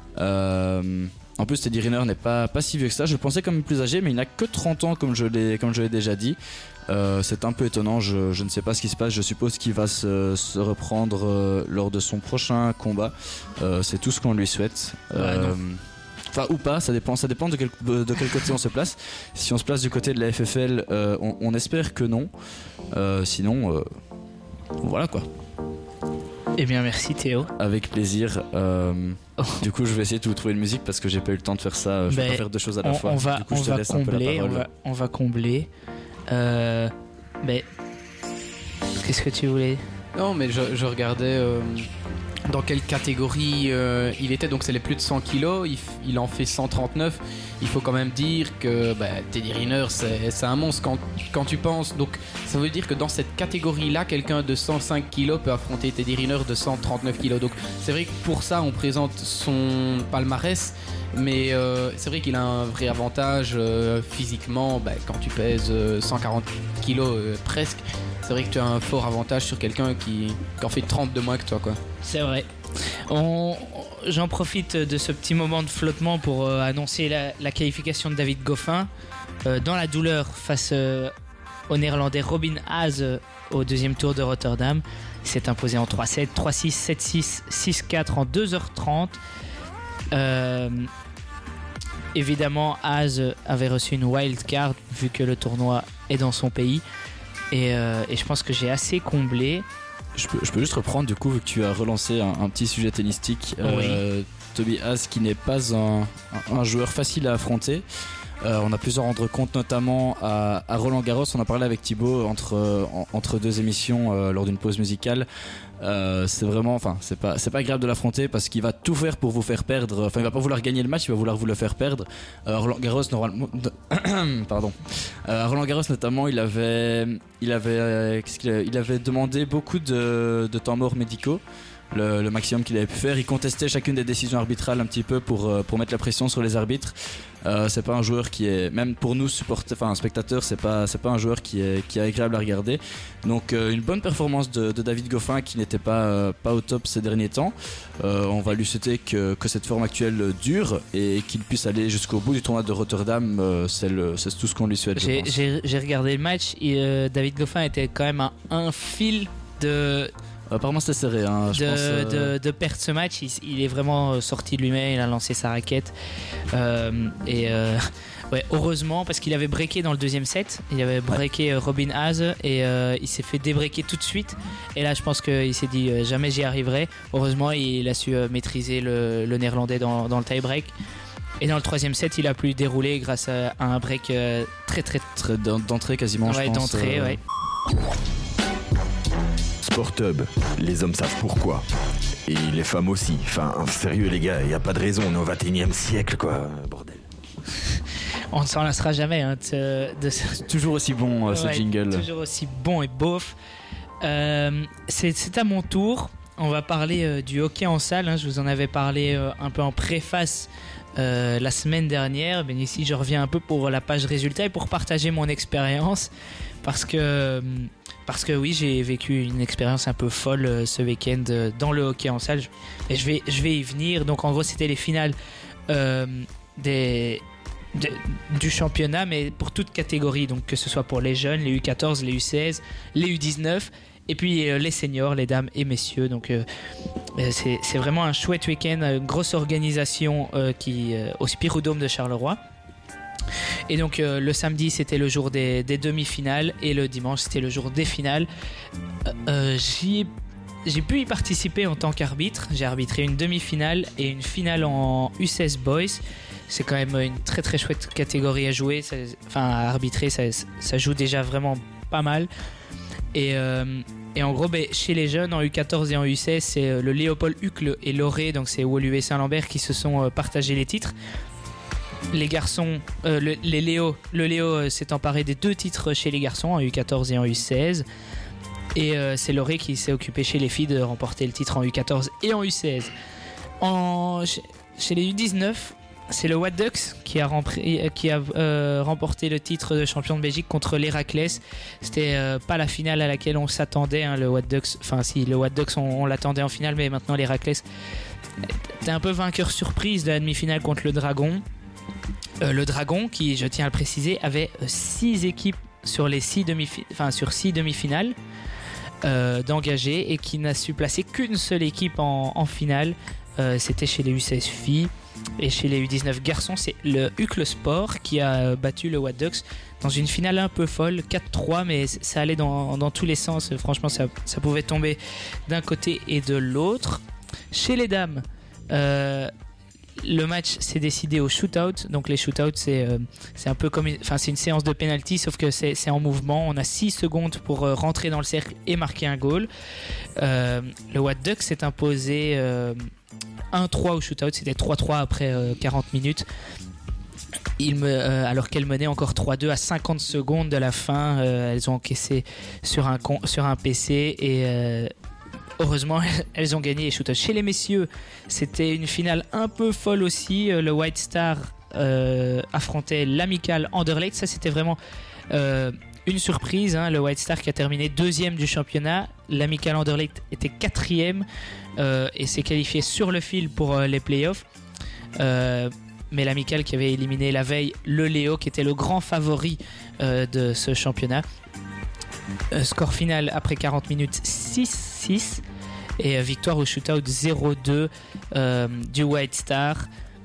Euh, en plus Teddy Riner n'est pas, pas si vieux que ça. Je le pensais quand même plus âgé, mais il n'a que trente ans comme je l'ai, comme je l'ai déjà dit. Euh, c'est un peu étonnant, je, je ne sais pas ce qui se passe. Je suppose qu'il va se, se reprendre euh, lors de son prochain combat. Euh, c'est tout ce qu'on lui souhaite. Euh, Enfin ou pas, ça dépend, ça dépend de quel, de quel côté on se place. Si on se place du côté de la F F L, euh, on, on espère que non. Euh, sinon, euh, voilà quoi. Eh bien merci Théo. Avec plaisir. Euh, oh. Du coup je vais essayer de vous trouver une musique parce que j'ai pas eu le temps de faire ça. Je ben, vais pas faire deux choses à la on, fois. On va, du coup, on je va te laisse combler, un peu la on va, on va combler. Euh, mais qu'est-ce que tu voulais? Non mais je, je regardais euh, dans quelle catégorie euh, il était. Donc c'est les plus de cent kilos. Il, il en fait cent trente-neuf. Il faut quand même dire que bah, Teddy Riner c'est, c'est un monstre quand, quand tu penses. Donc ça veut dire que dans cette catégorie là, quelqu'un de cent cinq kilos peut affronter Teddy Riner de cent trente-neuf kilos. Donc c'est vrai que pour ça on présente son palmarès. Mais euh, c'est vrai qu'il a un vrai avantage euh, physiquement. Bah, quand tu pèses euh, cent quarante kilos euh, presque, c'est vrai que tu as un fort avantage sur quelqu'un qui, qui en fait trente de moins que toi quoi. C'est vrai. On, j'en profite de ce petit moment de flottement pour euh, annoncer la, la qualification de David Goffin euh, dans la douleur face euh, au néerlandais Robin Haase euh, au deuxième tour de Rotterdam. Il s'est imposé en trois sept, trois six, sept six, six quatre en deux heures trente. Euh, évidemment Haase avait reçu une wild card vu que le tournoi est dans son pays et, euh, et je pense que j'ai assez comblé. Je peux, je peux juste reprendre du coup vu que tu as relancé un, un petit sujet tennistique. Oui. euh, Toby Haase qui n'est pas un, un joueur facile à affronter. Euh, on a pu s'en rendre compte notamment à, à Roland Garros. On a parlé avec Thibaut entre, euh, en, entre deux émissions euh, lors d'une pause musicale. Euh, c'est vraiment, enfin, c'est pas, c'est pas agréable de l'affronter parce qu'il va tout faire pour vous faire perdre. Enfin, il va pas vouloir gagner le match, il va vouloir vous le faire perdre. Euh, Roland Garros, normalement, pardon. Euh, Roland Garros, notamment, il avait, il avait, euh, qu'est-ce qu'il avait, il avait demandé beaucoup de, de temps morts médicaux. Le, le maximum qu'il avait pu faire. Il contestait chacune des décisions arbitrales un petit peu pour, euh, pour mettre la pression sur les arbitres. Euh, c'est pas un joueur qui est, même pour nous supporters, enfin spectateurs, c'est pas, c'est pas un joueur qui est, qui est agréable à regarder. Donc euh, une bonne performance de, de David Goffin qui n'était pas, euh, pas au top ces derniers temps. Euh, on va lui souhaiter que, que cette forme actuelle dure et qu'il puisse aller jusqu'au bout du tournoi de Rotterdam. Euh, c'est, le, c'est tout ce qu'on lui souhaite. J'ai, j'ai, j'ai regardé le match et euh, David Goffin était quand même à un fil de... Apparemment c'était serré hein, je de, pense, euh... de, de perdre ce match. il, il est vraiment sorti de lui-même, il a lancé sa raquette euh, et euh, ouais, heureusement parce qu'il avait breaké dans le deuxième set, il avait breaké ouais. Robin Haase et euh, il s'est fait débreaker tout de suite et là je pense qu'il s'est dit euh, jamais j'y arriverai. Heureusement il a su euh, maîtriser le, le néerlandais dans, dans le tie-break. Et dans le troisième set, il a pu dérouler grâce à, à un break euh, très très très d'entrée quasiment ouais, je pense d'entrée, euh... ouais. Sportub, les hommes savent pourquoi. Et les femmes aussi. Enfin, sérieux les gars, il n'y a pas de raison, on est au vingt et unième siècle quoi, bordel. On ne s'en lassera jamais hein, de, de... C'est toujours aussi bon euh, ce ouais, jingle. Toujours aussi bon et beauf. Euh, c'est, c'est à mon tour. On va parler euh, du hockey en salle. Hein. Je vous en avais parlé euh, un peu en préface euh, la semaine dernière. Ben, ici, je reviens un peu pour la page résultats et pour partager mon expérience. Parce que, parce que oui, j'ai vécu une expérience un peu folle euh, ce week-end euh, dans le hockey en salle. Et je vais, je vais y venir. Donc en gros, c'était les finales euh, des... De, du championnat, mais pour toute catégorie, donc que ce soit pour les jeunes, les U quatorze, les U seize, les U dix-neuf et puis euh, les seniors, les dames et messieurs. Donc euh, c'est, c'est vraiment un chouette week-end, une grosse organisation euh, qui, euh, au Spiroudome de Charleroi. Et donc euh, le samedi c'était le jour des, des demi-finales et le dimanche c'était le jour des finales. Euh, j'y ai J'ai pu y participer en tant qu'arbitre. J'ai arbitré une demi-finale et une finale en U seize Boys. C'est quand même une très très chouette catégorie à jouer. Ça, enfin, à arbitrer, ça, ça joue déjà vraiment pas mal. Et, euh, et en gros, ben, chez les jeunes, en U quatorze et en U seize, c'est le Léopold Hucle et Loré, donc c'est Woluwe Saint-Lambert qui se sont partagés les titres. Les garçons, euh, le, les Léo, le Léo euh, s'est emparé des deux titres chez les garçons, en U quatorze et en U seize. Et euh, c'est Loré qui s'est occupé chez les filles de remporter le titre en U quatorze et en U seize. En, chez, chez les U dix-neuf, c'est le What Ducks qui a, rempri, qui a euh, remporté le titre de champion de Belgique contre l'Héraclès. C'était euh, pas la finale à laquelle on s'attendait, hein, le What Ducks. Enfin, si, le What Ducks, on, on l'attendait en finale, mais maintenant l'Héraclès était un peu vainqueur surprise de la demi-finale contre le Dragon. Euh, le Dragon, qui, je tiens à le préciser, avait six équipes sur les six demi-fi- enfin, sur six demi-finales. Euh, d'engagés et qui n'a su placer qu'une seule équipe en, en finale. Euh, c'était chez les U seize filles et chez les U dix-neuf garçons, c'est le Hucle Sport qui a battu le What Ducks dans une finale un peu folle, quatre trois, mais ça allait dans, dans tous les sens. Franchement, ça, ça pouvait tomber d'un côté et de l'autre. Chez les dames, euh, le match s'est décidé au shootout. Donc les shootouts, c'est, euh, c'est un peu comme une, enfin, c'est une séance de penalty, sauf que c'est, c'est en mouvement. On a six secondes pour euh, rentrer dans le cercle et marquer un goal. Euh, le What Ducks s'est imposé euh, un trois au shootout. C'était trois trois après euh, quarante minutes. Il me, euh, alors qu'elles menaient encore trois deux à cinquante secondes de la fin. Euh, elles ont encaissé sur un, con, sur un P C et... Euh, heureusement, elles ont gagné les shootouts. Chez les messieurs, c'était une finale un peu folle aussi. Le White Star euh, affrontait l'Amical Anderlecht. Ça, c'était vraiment euh, une surprise. Hein. Le White Star qui a terminé deuxième du championnat. L'Amical Anderlecht était quatrième euh, et s'est qualifié sur le fil pour euh, les playoffs. Euh, mais l'Amical qui avait éliminé la veille le Léo, qui était le grand favori euh, de ce championnat. Euh, score final après quarante minutes six six et euh, victoire au shootout zéro deux euh, du White Star.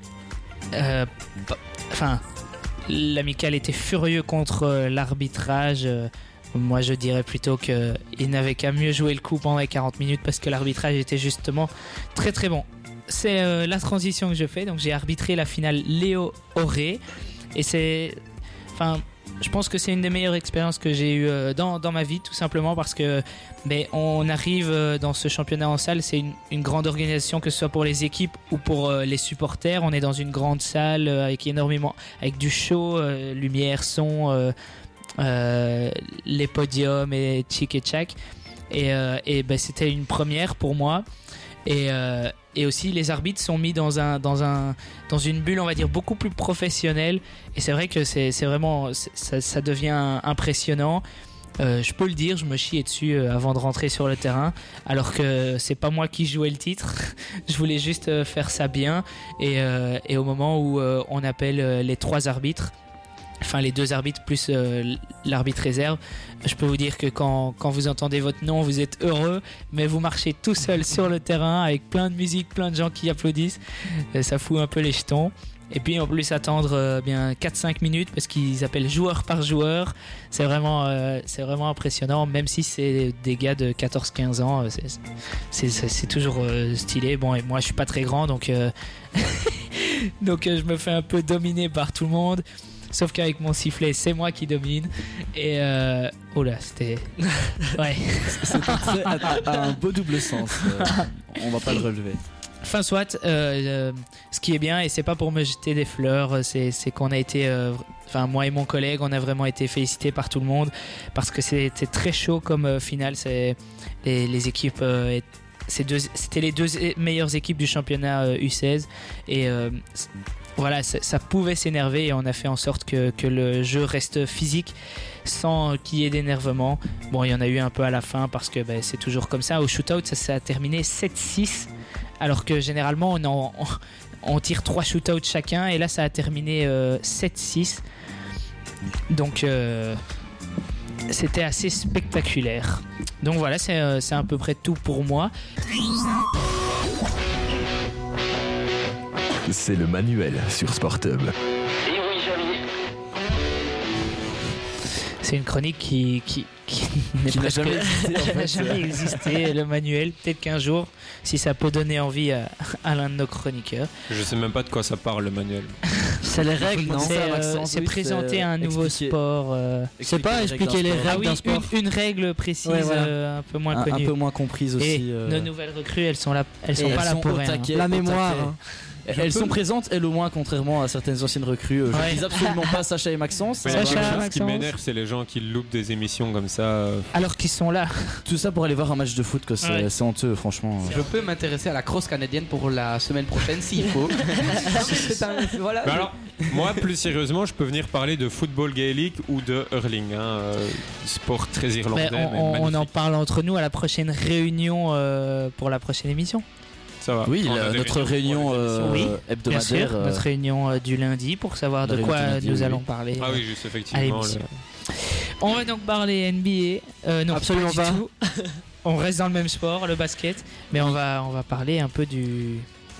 Euh, enfin, l'Amical était furieux contre euh, l'arbitrage. Euh, moi, je dirais plutôt qu'il n'avait qu'à mieux jouer le coup pendant les quarante minutes parce que l'arbitrage était justement très très bon. C'est euh, la transition que je fais. Donc, j'ai arbitré la finale Léo Auré. et c'est, enfin, je pense que c'est une des meilleures expériences que j'ai eues euh, dans, dans ma vie, tout simplement parce que ben, on arrive euh, dans ce championnat en salle, c'est une, une grande organisation, que ce soit pour les équipes ou pour euh, les supporters. On est dans une grande salle euh, avec énormément, avec du show, euh, lumière, son, euh, euh, les podiums et tchic et tchac. Et, euh, et ben, c'était une première pour moi. Et, euh, et aussi les arbitres sont mis dans, un, dans, un, dans une bulle, on va dire, beaucoup plus professionnelle. Et c'est vrai que c'est, c'est vraiment, c'est, ça, ça devient impressionnant. Euh, je peux le dire, je me chiais dessus euh, avant de rentrer sur le terrain, alors que c'est pas moi qui jouais le titre. Je voulais juste euh, faire ça bien. Et, euh, et au moment où euh, on appelle euh, les trois arbitres, enfin les deux arbitres plus euh, l'arbitre réserve, je peux vous dire que quand, quand vous entendez votre nom, vous êtes heureux, mais vous marchez tout seul sur le terrain avec plein de musique, plein de gens qui applaudissent. Et ça fout un peu les jetons. Et puis en plus attendre euh, bien quatre cinq minutes parce qu'ils appellent joueur par joueur. C'est vraiment, euh, c'est vraiment impressionnant, même si c'est des gars de quatorze quinze ans. Euh, c'est, c'est, c'est, c'est toujours euh, stylé. Bon, et moi je suis pas très grand, donc, euh... donc euh, je me fais un peu dominer par tout le monde. Sauf qu'avec mon sifflet, c'est moi qui domine. Et euh... oh là, c'était. Ouais. C'est à, à un beau double sens. Euh, on va pas le relever. Enfin, soit, euh, euh, ce qui est bien, et c'est pas pour me jeter des fleurs, c'est, c'est qu'on a été. Enfin, euh, moi et mon collègue, on a vraiment été félicités par tout le monde. Parce que c'était très chaud comme euh, finale. C'est, les, les équipes. Euh, c'est deux, c'était les deux meilleures équipes du championnat euh, U seize. Et. Euh, Voilà, ça, ça pouvait s'énerver et on a fait en sorte que, que le jeu reste physique sans qu'il y ait d'énervement. Bon, il y en a eu un peu à la fin parce que ben, c'est toujours comme ça. Au shootout, ça, ça a terminé sept six, alors que généralement on, en, on, on tire trois shootouts chacun et là ça a terminé euh, sept six. Donc euh, c'était assez spectaculaire. Donc voilà, c'est, euh, c'est à peu près tout pour moi. C'est le manuel sur Sportub. C'est une chronique qui, qui, qui, qui n'a jamais existé. En fait. jamais existé, le manuel. Peut-être qu'un jour, si ça peut donner envie à, à l'un de nos chroniqueurs. Je sais même pas de quoi ça parle, le manuel. C'est les règles, non? C'est, euh, c'est oui, présenter c'est un nouveau expliquer. sport. Euh... C'est pas expliquer les règles Ah oui, d'un sport. une, une règle précise, Ouais, voilà. euh, un peu moins Un, connue. un peu moins comprise aussi. Et euh... nos nouvelles recrues, elles sont là, elles sont Et pas elles là sont pour au rien. taquet. La au mémoire. taquet. Hein. Elles sont présentes, elles au moins, contrairement à certaines anciennes recrues. Je ne Ouais. vise absolument pas Sacha et Maxence. Mais Sacha, la chose qui Maxence. m'énerve, c'est les gens qui loupent des émissions comme ça. euh, Alors qu'ils sont là. Tout ça pour aller voir un match de foot, que c'est, Ouais. c'est honteux, franchement. Je peux m'intéresser à la cross canadienne pour la semaine prochaine s'il faut. C'est un- voilà. Mais alors, moi, plus sérieusement, je peux venir parler de football gaélique ou de hurling, hein, euh, sport très irlandais. Mais on, mais on- on en magnifique. parle entre nous à la prochaine réunion euh, pour la prochaine émission. Ça va. Oui, On a la- des notre réunions réunion pour les euh, Oui, Bien hebdomadaire. sûr, euh, notre réunion euh, du lundi pour savoir la de quoi réunion du lundi, nous oui. allons parler. Ah euh, oui, juste à effectivement. l'émission. le- On va donc parler N B A. Euh, non, Absolument du pas. tout. On reste dans le même sport, le basket, mais on va on va parler un peu du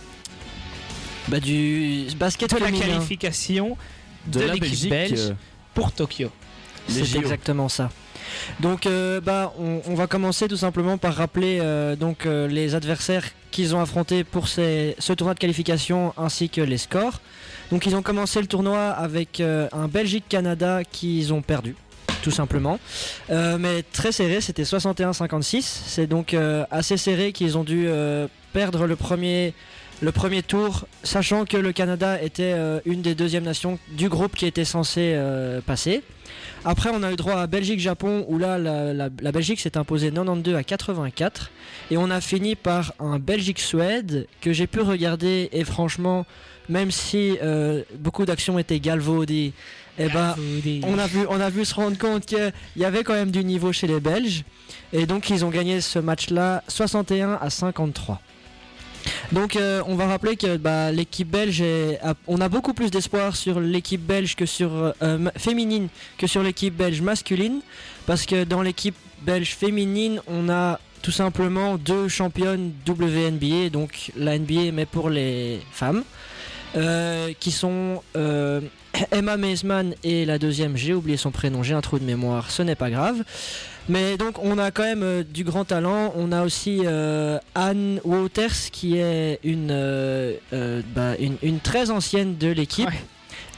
Bah, du basket de la féminin. qualification de, de la l'équipe Belgique. belge euh, pour Tokyo. les C'est J O. exactement ça. Donc, euh, bah, on, on va commencer tout simplement par rappeler euh, donc euh, les adversaires qu'ils ont affrontés pour ces- ce tournoi de qualification ainsi que les scores. Donc, ils ont commencé le tournoi avec euh, un Belgique-Canada qu'ils ont perdu, tout simplement. Euh, mais très serré, c'était soixante et un à cinquante-six. C'est donc euh, assez serré qu'ils ont dû euh, perdre le premier. Le premier tour, sachant que le Canada était euh, une des deuxièmes nations du groupe qui était censé euh, passer. Après, on a eu droit à Belgique-Japon, où là, la, la- la Belgique s'est imposée quatre-vingt-douze à quatre-vingt-quatre. Et on a fini par un Belgique-Suède que j'ai pu regarder. Et franchement, même si euh, beaucoup d'actions étaient galvaudées, eh ben, on a, vu, on a vu se rendre compte qu'il y avait quand même du niveau chez les Belges. Et donc, ils ont gagné ce match-là soixante et un à cinquante-trois. Donc euh, on va rappeler que bah, l'équipe belge, est, a- on a beaucoup plus d'espoir sur l'équipe belge que sur euh, ma- féminine que sur l'équipe belge masculine, parce que dans l'équipe belge féminine, on a tout simplement deux championnes W N B A, donc la N B A mais pour les femmes, euh, qui sont euh, Emma Meisman et la deuxième, j'ai oublié son prénom, j'ai un trou de mémoire, ce n'est pas grave. Mais donc on a quand même euh, du grand talent. On a aussi euh, Anne Wouters qui est une, euh, euh, bah, une, une très ancienne de l'équipe. Ouais.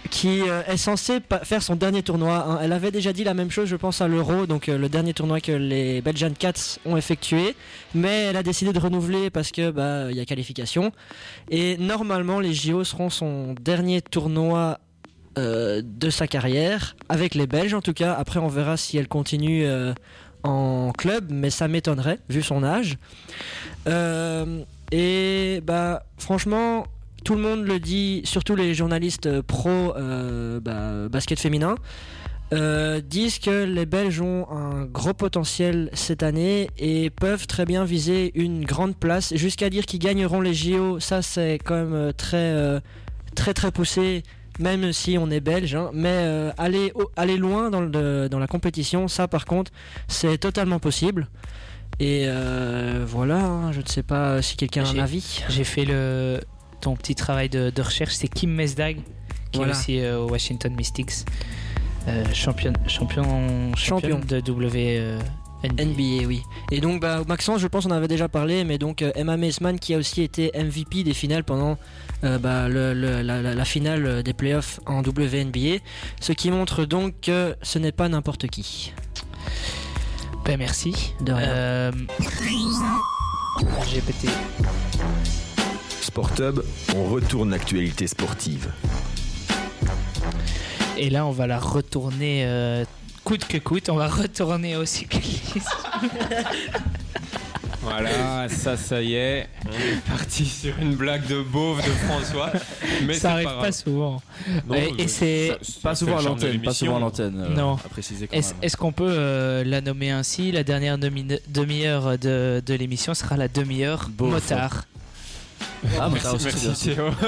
qui euh, est censée pa- faire son dernier tournoi. Hein. Elle avait déjà dit la même chose, je pense, à l'Euro, donc euh, le dernier tournoi que les Belgian Cats ont effectué. Mais elle a décidé de renouveler parce que bah il y a qualification. Et normalement, les J O seront son dernier tournoi euh, de sa carrière, avec les Belges en tout cas. Après, on verra si elle continue euh, en club, mais ça m'étonnerait vu son âge. Euh, et bah franchement. Tout le monde le dit, surtout les journalistes pro euh, bah, basket féminin, euh, disent que les Belges ont un gros potentiel cette année et peuvent très bien viser une grande place. Jusqu'à dire qu'ils gagneront les J O, ça c'est quand même très euh, très très poussé, même si on est belge. Hein. Mais euh, aller, aller loin dans, le, dans la compétition, ça par contre, c'est totalement possible. Et euh, voilà, hein, je ne sais pas si quelqu'un a un J'ai- avis. J'ai fait le ton petit travail de, de recherche, c'est Kim Mesdag qui Voilà. est aussi euh, au Washington Mystics, euh, champion, champion, Champion. champion de W euh, N B A. N B A, oui. Et donc, bah, Maxence, je pense qu'on en avait déjà parlé, mais donc euh, Emma Meisman qui a aussi été M V P des finales pendant euh, bah, le, le- la, la- la finale des playoffs en W N B A, ce qui montre donc que ce n'est pas n'importe qui. Ben merci. De rien. Euh, J'ai pété. Sport Hub, on retourne l'actualité sportive. Et là, on va la retourner euh, coûte que coûte. On va retourner au cyclisme. Voilà, ça, ça y est, on est parti sur une blague de beauf de François. Mais c'est Ça arrive pas pas grave. souvent. Non, et et je- c'est. ça- ça Pas fait souvent le à charme de l'antenne, pas l'émission. souvent à l'antenne. euh, Non. À préciser quand Est-ce même. est-ce qu'on peut euh, la nommer ainsi? La dernière demi- demi-heure de, de l'émission sera la demi-heure Beauf. motard. Ah, mais ça Merci, aussi, merci c'est bien. Théo.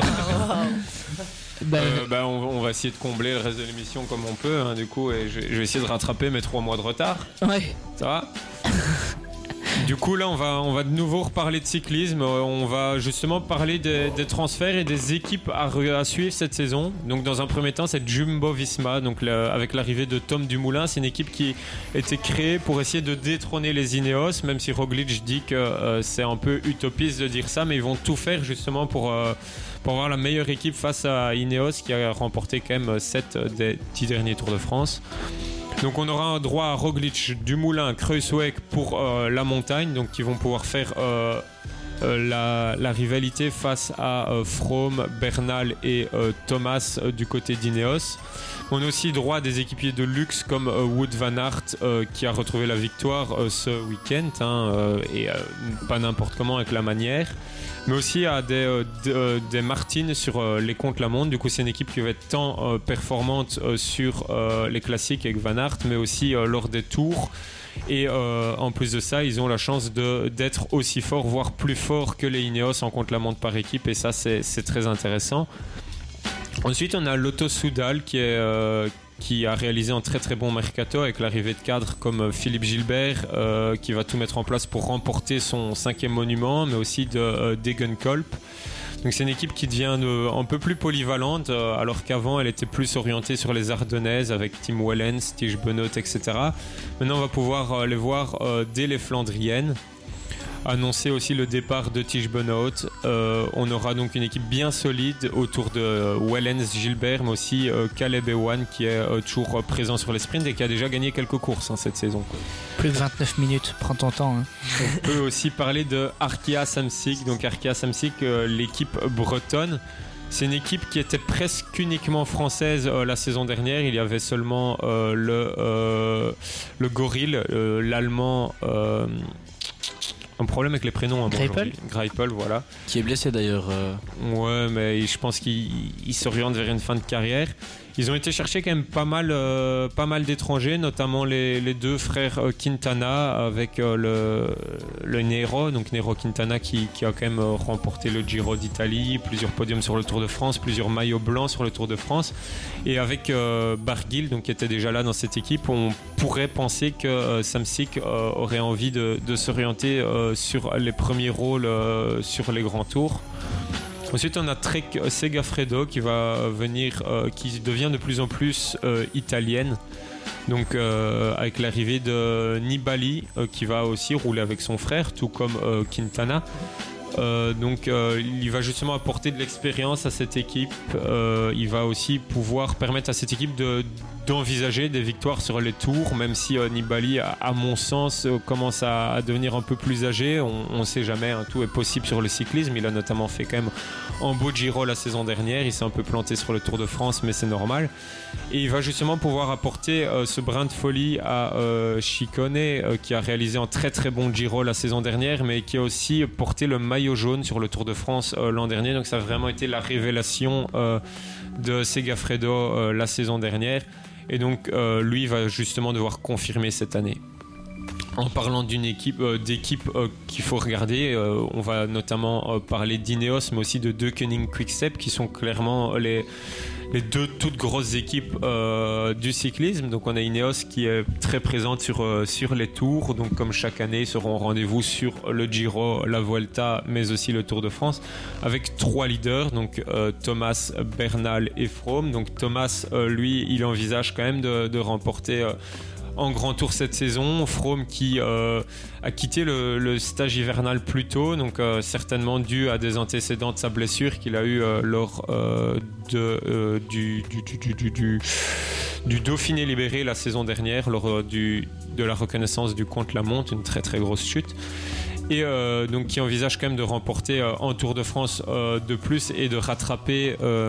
Ben, Euh, bah, on, va- on va essayer de combler le reste de l'émission comme on peut, hein, du coup, et je, je vais essayer de rattraper mes trois mois de retard. ouais. Ça va? Du coup, là, on va, on va de nouveau reparler de cyclisme. Euh, On va justement parler des, des transferts et des équipes à, re- à suivre cette saison. Donc, dans un premier temps, c'est Jumbo Visma. Donc, le- avec l'arrivée de Tom Dumoulin, c'est une équipe qui a été créée pour essayer de détrôner les Ineos, même si Roglic dit que euh, c'est un peu utopiste de dire ça, mais ils vont tout faire justement pour. euh, pour avoir la meilleure équipe face à Ineos qui a remporté quand même sept des dix derniers Tours de France. Donc on aura un droit à Roglic, Dumoulin, Kruijswijk pour euh, la montagne, donc qui vont pouvoir faire euh, euh, la, la rivalité face à euh, Froome, Bernal et euh, Thomas euh, du côté d'Ineos. On a aussi droit à des équipiers de luxe comme euh, Wout van Aert euh, qui a retrouvé la victoire euh, ce week-end hein, euh, et euh, pas n'importe comment avec la manière. Mais aussi à des, euh, d- euh, des Martins sur euh, les contre-la-montre. Du coup, c'est une équipe qui va être tant euh, performante euh, sur euh, les classiques avec Van Aert, mais aussi euh, lors des tours. Et euh, en plus de ça, ils ont la chance de, d'être aussi forts, voire plus forts que les Ineos en contre-la-montre par équipe. Et ça, c'est, c'est très intéressant. Ensuite, on a Lotto Soudal qui, est, euh, qui a réalisé un très très bon mercato avec l'arrivée de cadres comme euh, Philippe Gilbert euh, qui va tout mettre en place pour remporter son cinquième monument, mais aussi de euh, Degenkolb. Donc c'est une équipe qui devient euh, un peu plus polyvalente euh, alors qu'avant elle était plus orientée sur les Ardennaises avec Tim Wellens, Tige Benoît, et cetera. Maintenant on va pouvoir euh, les voir euh, dès les Flandriennes. Annoncer aussi le départ de Tige Benoît. Euh, on aura donc une équipe bien solide autour de euh, Wellens, Gilbert, mais aussi euh, Caleb Ewan qui est euh, toujours présent sur les sprints et qui a déjà gagné quelques courses hein, cette saison. Plus de vingt-neuf minutes, prends ton temps. Hein. On peut aussi parler de Arkea Samsic. Donc Arkea Samsic, euh, l'équipe bretonne. C'est une équipe qui était presque uniquement française euh, la saison dernière. Il y avait seulement euh, le, euh, le Gorille, euh, l'allemand. Euh, un problème avec les prénoms. Hein, Greipel aujourd'hui. Greipel, voilà. Qui est blessé d'ailleurs. euh. Ouais, mais je pense qu'il il s'oriente vers une fin de carrière. Ils ont été chercher quand même pas mal, euh, pas mal d'étrangers, notamment les, les deux frères euh, Quintana avec euh, le, le Nero, donc Nero Quintana qui, qui a quand même euh, remporté le Giro d'Italie, plusieurs podiums sur le Tour de France, plusieurs maillots blancs sur le Tour de France. Et avec euh, Barguil, donc qui était déjà là dans cette équipe, on pourrait penser que euh, Samsic euh, aurait envie de, de s'orienter euh, sur les premiers rôles euh, sur les grands tours. Ensuite, on a Trek Segafredo qui va venir, euh, qui devient de plus en plus euh, italienne. Donc, euh, avec l'arrivée de Nibali, euh, qui va aussi rouler avec son frère, tout comme euh, Quintana. Euh, donc euh, il va justement apporter de l'expérience à cette équipe. Euh, il va aussi pouvoir permettre à cette équipe de, d'envisager des victoires sur les tours, même si euh, Nibali, à, à mon sens, euh, commence à, à devenir un peu plus âgé. On ne sait jamais, hein, tout est possible sur le cyclisme. Il a notamment fait quand même un beau Giro la saison dernière. Il s'est un peu planté sur le Tour de France, mais c'est normal. Et il va justement pouvoir apporter euh, ce brin de folie à euh, Ciccone, euh, qui a réalisé un très très bon Giro la saison dernière, mais qui a aussi porté le maillot jaune sur le Tour de France euh, l'an dernier. Donc ça a vraiment été la révélation euh, de Segafredo euh, la saison dernière. Et donc euh, lui va justement devoir confirmer cette année. En parlant d'une équipe, euh, d'équipe euh, qu'il faut regarder, euh, on va notamment euh, parler d'Ineos, mais aussi de Deceuninck Quick-Step, qui sont clairement les, les deux toutes grosses équipes euh, du cyclisme. Donc on a Ineos qui est très présente sur, euh, sur les tours, donc comme chaque année ils seront au rendez-vous sur le Giro, la Vuelta, mais aussi le Tour de France, avec trois leaders, donc euh, Thomas, Bernal et Froome. Donc Thomas, euh, lui, il envisage quand même de, de remporter euh, en grand tour cette saison. Froome qui euh, a quitté le, le stage hivernal plus tôt, donc euh, certainement dû à des antécédents de sa blessure qu'il a eu euh, lors euh, de, euh, du, du, du, du, du, du, du Dauphiné libéré la saison dernière, lors euh, du, de la reconnaissance du contre-la-montre, une très très grosse chute. Et euh, donc qui envisage quand même de remporter euh, un Tour de France euh, de plus et de rattraper euh,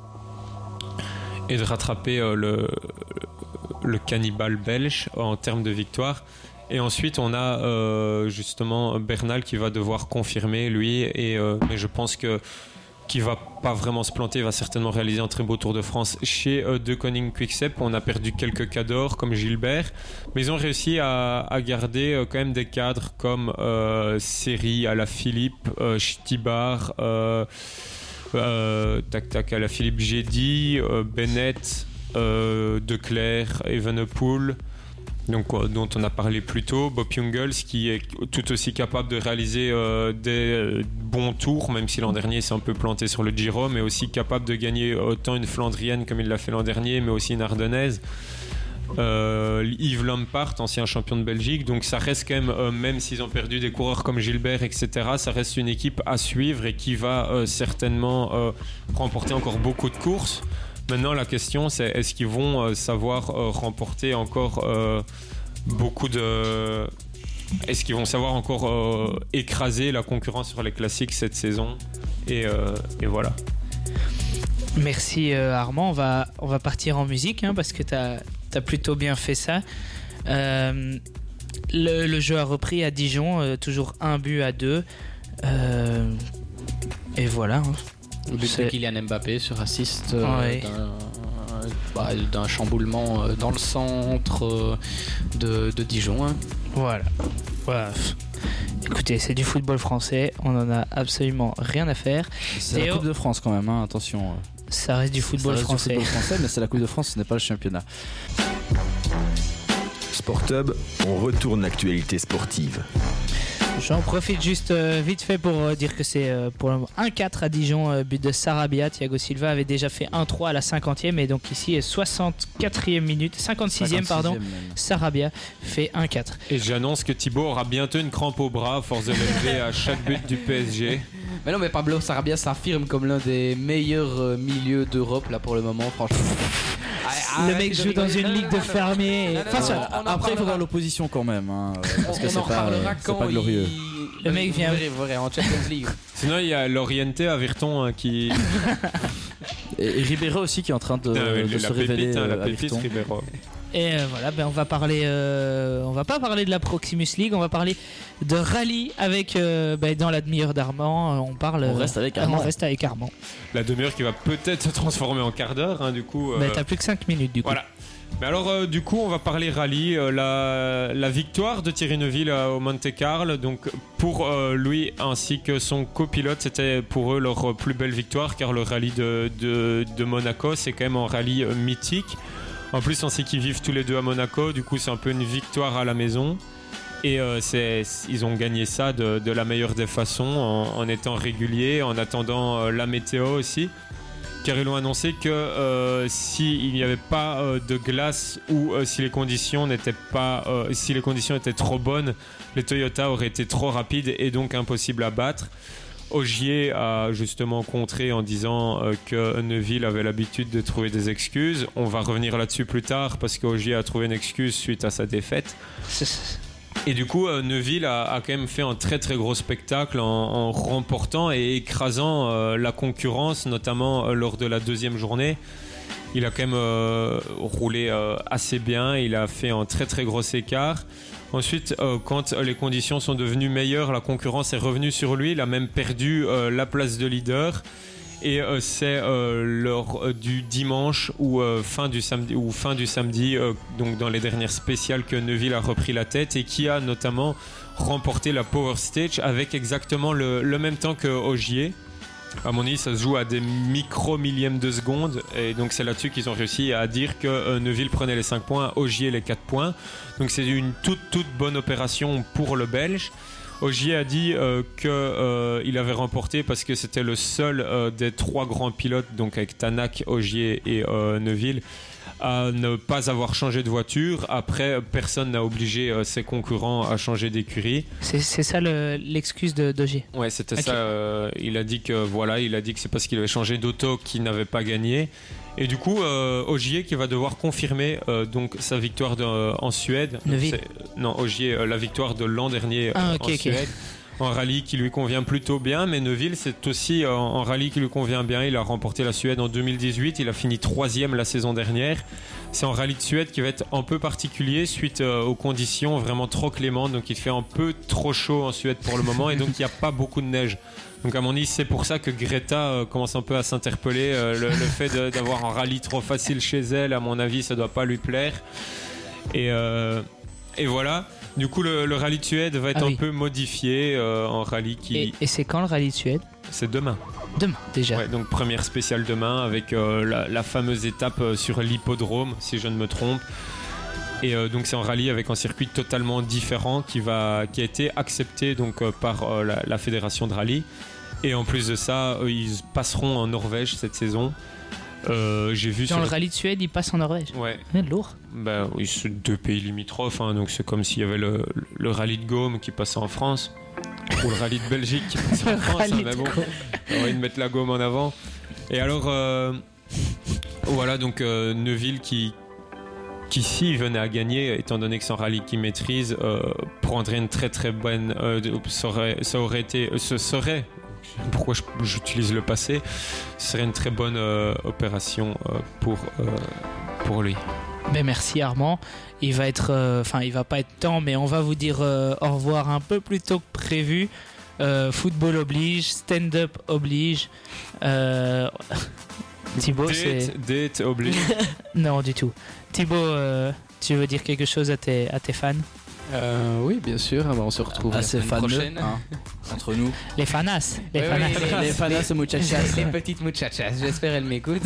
et de rattraper euh, le le cannibale belge en termes de victoire. Et ensuite on a euh, justement Bernal qui va devoir confirmer lui, et euh, mais je pense que qu'il va pas vraiment se planter, il va certainement réaliser un très beau Tour de France. Chez euh, Deceuninck Quick-Step, on a perdu quelques cadors comme Gilbert, mais ils ont réussi à, à garder euh, quand même des cadres comme euh, Seri, Alaphilippe, euh, Stibar, euh, euh, tac tac Alaphilippe, Gedi, euh, Bennett, Euh, De Clercq, Evenepoel, donc, euh, dont on a parlé plus tôt, Bob Jungels qui est tout aussi capable de réaliser euh, des euh, bons tours, même si l'an dernier s'est un peu planté sur le Giro, mais aussi capable de gagner autant une Flandrienne comme il l'a fait l'an dernier, mais aussi une Ardennaise. Euh, Yves Lampaert, ancien champion de Belgique, donc ça reste quand même, euh, même s'ils ont perdu des coureurs comme Gilbert, et cetera, ça reste une équipe à suivre et qui va euh, certainement euh, remporter encore beaucoup de courses. Maintenant, la question, c'est est-ce qu'ils vont euh, savoir euh, remporter encore euh, beaucoup de... Est-ce qu'ils vont savoir encore euh, écraser la concurrence sur les classiques cette saison, et, euh, et voilà. Merci euh, Armand, on va, on va partir en musique, hein, parce que tu as plutôt bien fait ça. Euh, le, le jeu a repris à Dijon, euh, toujours un but à deux. Euh, et voilà. Hein. Le but de Kylian Mbappé sur assist euh, ouais. d'un, bah, d'un chamboulement euh, dans le centre euh, de, de Dijon. Hein. Voilà. voilà. Écoutez, c'est du football français, on en a absolument rien à faire. C'est Théo, la Coupe de France quand même, hein, attention. Ça reste du football reste français. Du football français, mais c'est la Coupe de France, ce n'est pas le championnat. Sport Hub, on retourne l'actualité sportive. J'en profite juste euh, vite fait pour euh, dire que c'est euh, pour le moment un quatre à Dijon, euh, but de Sarabia. Thiago Silva avait déjà fait un trois à la cinquantième, et donc ici soixante-quatrième minute, cinquante-sixième pardon, même. Sarabia fait un quatre. Et j'annonce que Thibaut aura bientôt une crampe au bras à force de l'élever à chaque but du P S G. Mais non, mais Pablo Sarabia s'affirme comme l'un des meilleurs euh, milieux d'Europe là pour le moment, franchement. Le mec joue dans une ligue de fermiers. Et... Enfin, non, non, on après, il faut voir l'opposition quand même, hein, parce que c'est pas, c'est pas glorieux. Il... Le mec vient vrai, en Champions League. Sinon, il y a Loriente Avirton hein, qui. et, et Ribeiro aussi qui est en train de, non, de la se pépite, révéler. Hein, la euh, pépite Ribeiro. Et euh, voilà, ben on va parler, euh, on va pas parler de la Proximus League, on va parler de rallye avec euh, ben dans la demi-heure d'Armand. On parle. On reste avec Armand. On reste avec Armand. La demi-heure qui va peut-être se transformer en quart d'heure, hein, du coup. Euh... Ben t'as plus que cinq minutes du coup. Voilà. Mais alors, euh, du coup, on va parler rallye. Euh, la, la victoire de Thierry Neuville euh, au Monte-Carlo. Donc, pour euh, lui ainsi que son copilote, c'était pour eux leur plus belle victoire, car le rallye de, de, de Monaco, c'est quand même un rallye euh, mythique. En plus, on sait qu'ils vivent tous les deux à Monaco. Du coup, c'est un peu une victoire à la maison. Et euh, c'est, ils ont gagné ça de, de la meilleure des façons, en, en étant réguliers, en attendant euh, la météo aussi. Car ils ont annoncé que euh, s'il n'y avait pas euh, de glace ou euh, si les conditions n'étaient pas, euh, si les conditions étaient trop bonnes, les Toyota auraient été trop rapides et donc impossibles à battre. Ogier a justement contré en disant euh, que Neuville avait l'habitude de trouver des excuses. On va revenir là-dessus plus tard parce qu'Ogier a trouvé une excuse suite à sa défaite. Et du coup, euh, Neuville a, a quand même fait un très très gros spectacle en, en remportant et écrasant euh, la concurrence, notamment euh, lors de la deuxième journée. Il a quand même euh, roulé euh, assez bien, il a fait un très très gros écart. Ensuite, euh, quand les conditions sont devenues meilleures, la concurrence est revenue sur lui, il a même perdu euh, la place de leader. Et euh, c'est euh, lors euh, du dimanche ou euh, fin du samedi, ou fin du samedi euh, donc dans les dernières spéciales, que Neuville a repris la tête et qui a notamment remporté la Power Stage avec exactement le, le même temps que Ogier. À mon avis, ça se joue à des micro-millièmes de seconde, et donc c'est là-dessus qu'ils ont réussi à dire que euh, Neuville prenait les cinq points, Ogier les quatre points. Donc c'est une toute toute bonne opération pour le Belge. Ogier a dit euh, qu'il euh, avait remporté parce que c'était le seul euh, des trois grands pilotes, donc avec Tanak, Ogier et euh, Neuville, à ne pas avoir changé de voiture. Après, personne n'a obligé euh, ses concurrents à changer d'écurie. C'est, c'est ça le, l'excuse de, d'Ogier. Ouais, c'était okay. ça. Euh, il a dit que voilà, il a dit que c'est parce qu'il avait changé d'auto qu'il n'avait pas gagné. Et du coup, euh, Ogier qui va devoir confirmer euh, donc sa victoire de, euh, en Suède. Neuville. Non, Ogier, euh, la victoire de l'an dernier ah, euh, okay, en Suède. Okay. Un rallye qui lui convient plutôt bien, mais Neuville, c'est aussi euh, un rallye qui lui convient bien. Il a remporté la Suède en deux mille dix-huit, il a fini troisième la saison dernière. C'est un rallye de Suède qui va être un peu particulier suite euh, aux conditions vraiment trop clémentes. Donc il fait un peu trop chaud en Suède pour le moment, et donc il n'y a pas beaucoup de neige. Donc à mon avis, c'est pour ça que Greta euh, commence un peu à s'interpeller. Euh, le, le fait de, d'avoir un rallye trop facile chez elle, à mon avis, ça ne doit pas lui plaire. Et, euh, et voilà. Du coup, le, le rallye de Suède va être ah, un oui. peu modifié euh, en rallye qui... Et, et c'est quand le rallye de Suède ? C'est demain. Demain, déjà. Ouais, donc première spéciale demain avec euh, la, la fameuse étape euh, sur l'hippodrome, si je ne me trompe. Et euh, donc c'est un rallye avec un circuit totalement différent qui, va, qui a été accepté donc, euh, par euh, la, la fédération de rallye. Et en plus de ça, eux, ils passeront en Norvège cette saison. Euh, j'ai vu dans le rallye de Suède, il passe en Norvège. Ouais. C'est lourd. Ben oui, c'est deux pays limitrophes, hein, donc c'est comme s'il y avait le, le rallye de Gaume qui passait en France, ou le rallye de Belgique qui passait en France. Hein, mais bon, on va essayer de mettre la Gaume en avant. Et alors, euh, voilà, donc euh, Neuville qui, qui s'y venait à gagner, étant donné que c'est un rallye qu'il maîtrise, euh, prendrait une très très bonne. Euh, ça, aurait, ça aurait été. Ce serait. Pourquoi j'utilise le passé, ce serait une très bonne euh, opération euh, pour, euh, pour lui. Ben merci Armand. Il va être, enfin euh, il va pas être temps, mais on va vous dire euh, au revoir un peu plus tôt que prévu. Euh, football oblige, stand-up oblige. Euh... Thibaut, date, c'est date oblige. Non du tout. Thibaut, euh, tu veux dire quelque chose à tes, à tes fans? Euh, oui, bien sûr. On se retrouve assez la semaine prochaine. Hein, entre nous. Les fanas. Les oui, fanas. Oui, les, les fanas les, muchachas. Les petites muchachas. J'espère qu'elles m'écoutent.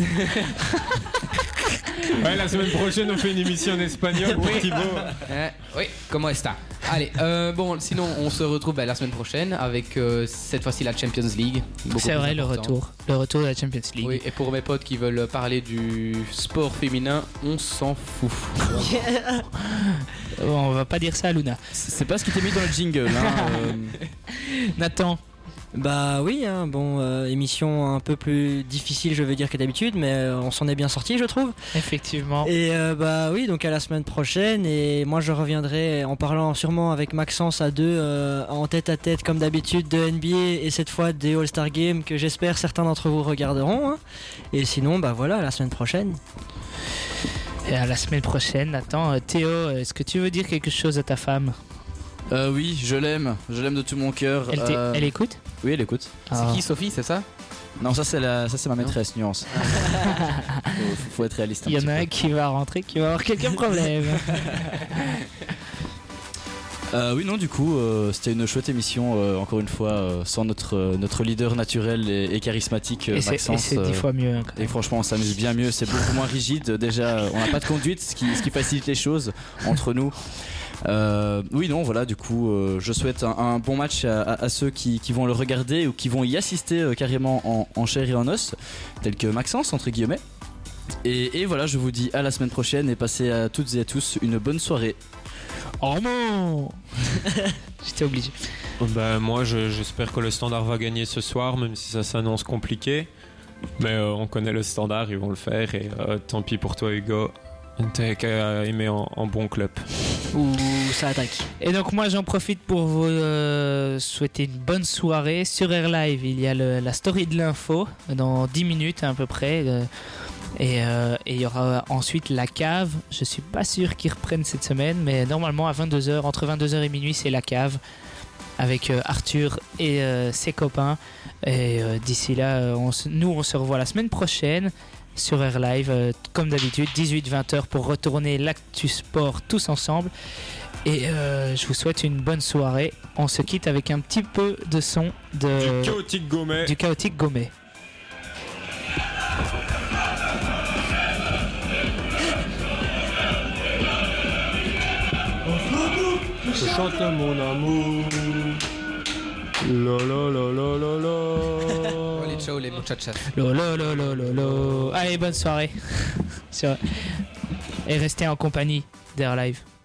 Ouais, la semaine prochaine, on fait une émission en espagnol pour oui. Thibaut. Euh, oui, comment est-ce? Allez, euh, bon, sinon, on se retrouve bah, la semaine prochaine avec euh, cette fois-ci la Champions League. C'est vrai, le retour. Le retour de la Champions League. Oui, et pour mes potes qui veulent parler du sport féminin, on s'en fout. Yeah. On va pas dire ça à Luna. C'est pas ce qui t'est mis dans le jingle. Hein, euh... Nathan. Bah oui, hein, bon, euh, émission un peu plus difficile, je veux dire, que d'habitude, mais euh, on s'en est bien sorti, je trouve. Effectivement. Et euh, bah oui, donc à la semaine prochaine, et moi je reviendrai en parlant sûrement avec Maxence à deux, euh, en tête à tête comme d'habitude de N B A, et cette fois des All-Star Games que j'espère certains d'entre vous regarderont. Hein. Et sinon, bah voilà, à la semaine prochaine. Et à la semaine prochaine, Nathan. Euh, Théo, est-ce que tu veux dire quelque chose à ta femme? Euh, oui, je l'aime, je l'aime de tout mon cœur. Elle, euh... elle écoute? Oui, elle écoute. C'est ah. qui, Sophie, c'est ça? Non, ça c'est, la... ça c'est ma maîtresse, non. Nuance. faut, faut être réaliste. Il y en a un qui va rentrer, qui va avoir quelques problèmes. Euh, oui, non, du coup, euh, c'était une chouette émission, euh, encore une fois, euh, sans notre, euh, notre leader naturel et, et charismatique, euh, et Maxence. C'est, et c'est dix fois mieux. Hein, et franchement, on s'amuse bien mieux, c'est beaucoup moins rigide. Déjà, on n'a pas de conduite, ce qui, ce qui facilite les choses entre nous. Euh, oui, non, voilà, du coup, euh, je souhaite un, un bon match à, à, à ceux qui, qui vont le regarder ou qui vont y assister euh, carrément en, en chair et en os, tel que Maxence, entre guillemets. Et, et voilà, je vous dis à la semaine prochaine et passez à toutes et à tous une bonne soirée. Oh non. J'étais obligé. Ben, moi, je- j'espère que le Standard va gagner ce soir, même si ça s'annonce compliqué. Mais euh, on connaît le Standard, ils vont le faire. Et euh, tant pis pour toi, Hugo. T'as qu'à aimer en, en bon club. Ouh, ça attaque. Et donc moi j'en profite pour vous euh, souhaiter une bonne soirée. Sur Air Live il y a le- la story de l'info dans dix minutes à peu près. euh, et euh, et il y aura ensuite la cave. Je suis pas sûr qu'ils reprennent cette semaine, mais normalement à vingt-deux heures, entre vingt-deux heures et minuit c'est la cave. Avec euh, Arthur et euh, ses copains. Et euh, d'ici là, euh, on se- nous on se revoit la semaine prochaine sur Air Live, euh, comme d'habitude, dix-huit vingt heures pour retourner l'actu sport tous ensemble. Et euh, je vous souhaite une bonne soirée. On se quitte avec un petit peu de son de, Du chaotique Gomet. du chaotique Gomet. Je chante mon amour. La la la la la la. Allez, ciao les muchachas. Lo, lo, lo, lo, lo, lo. Allez, bonne soirée. Sur- Et restez en compagnie d'Air Live.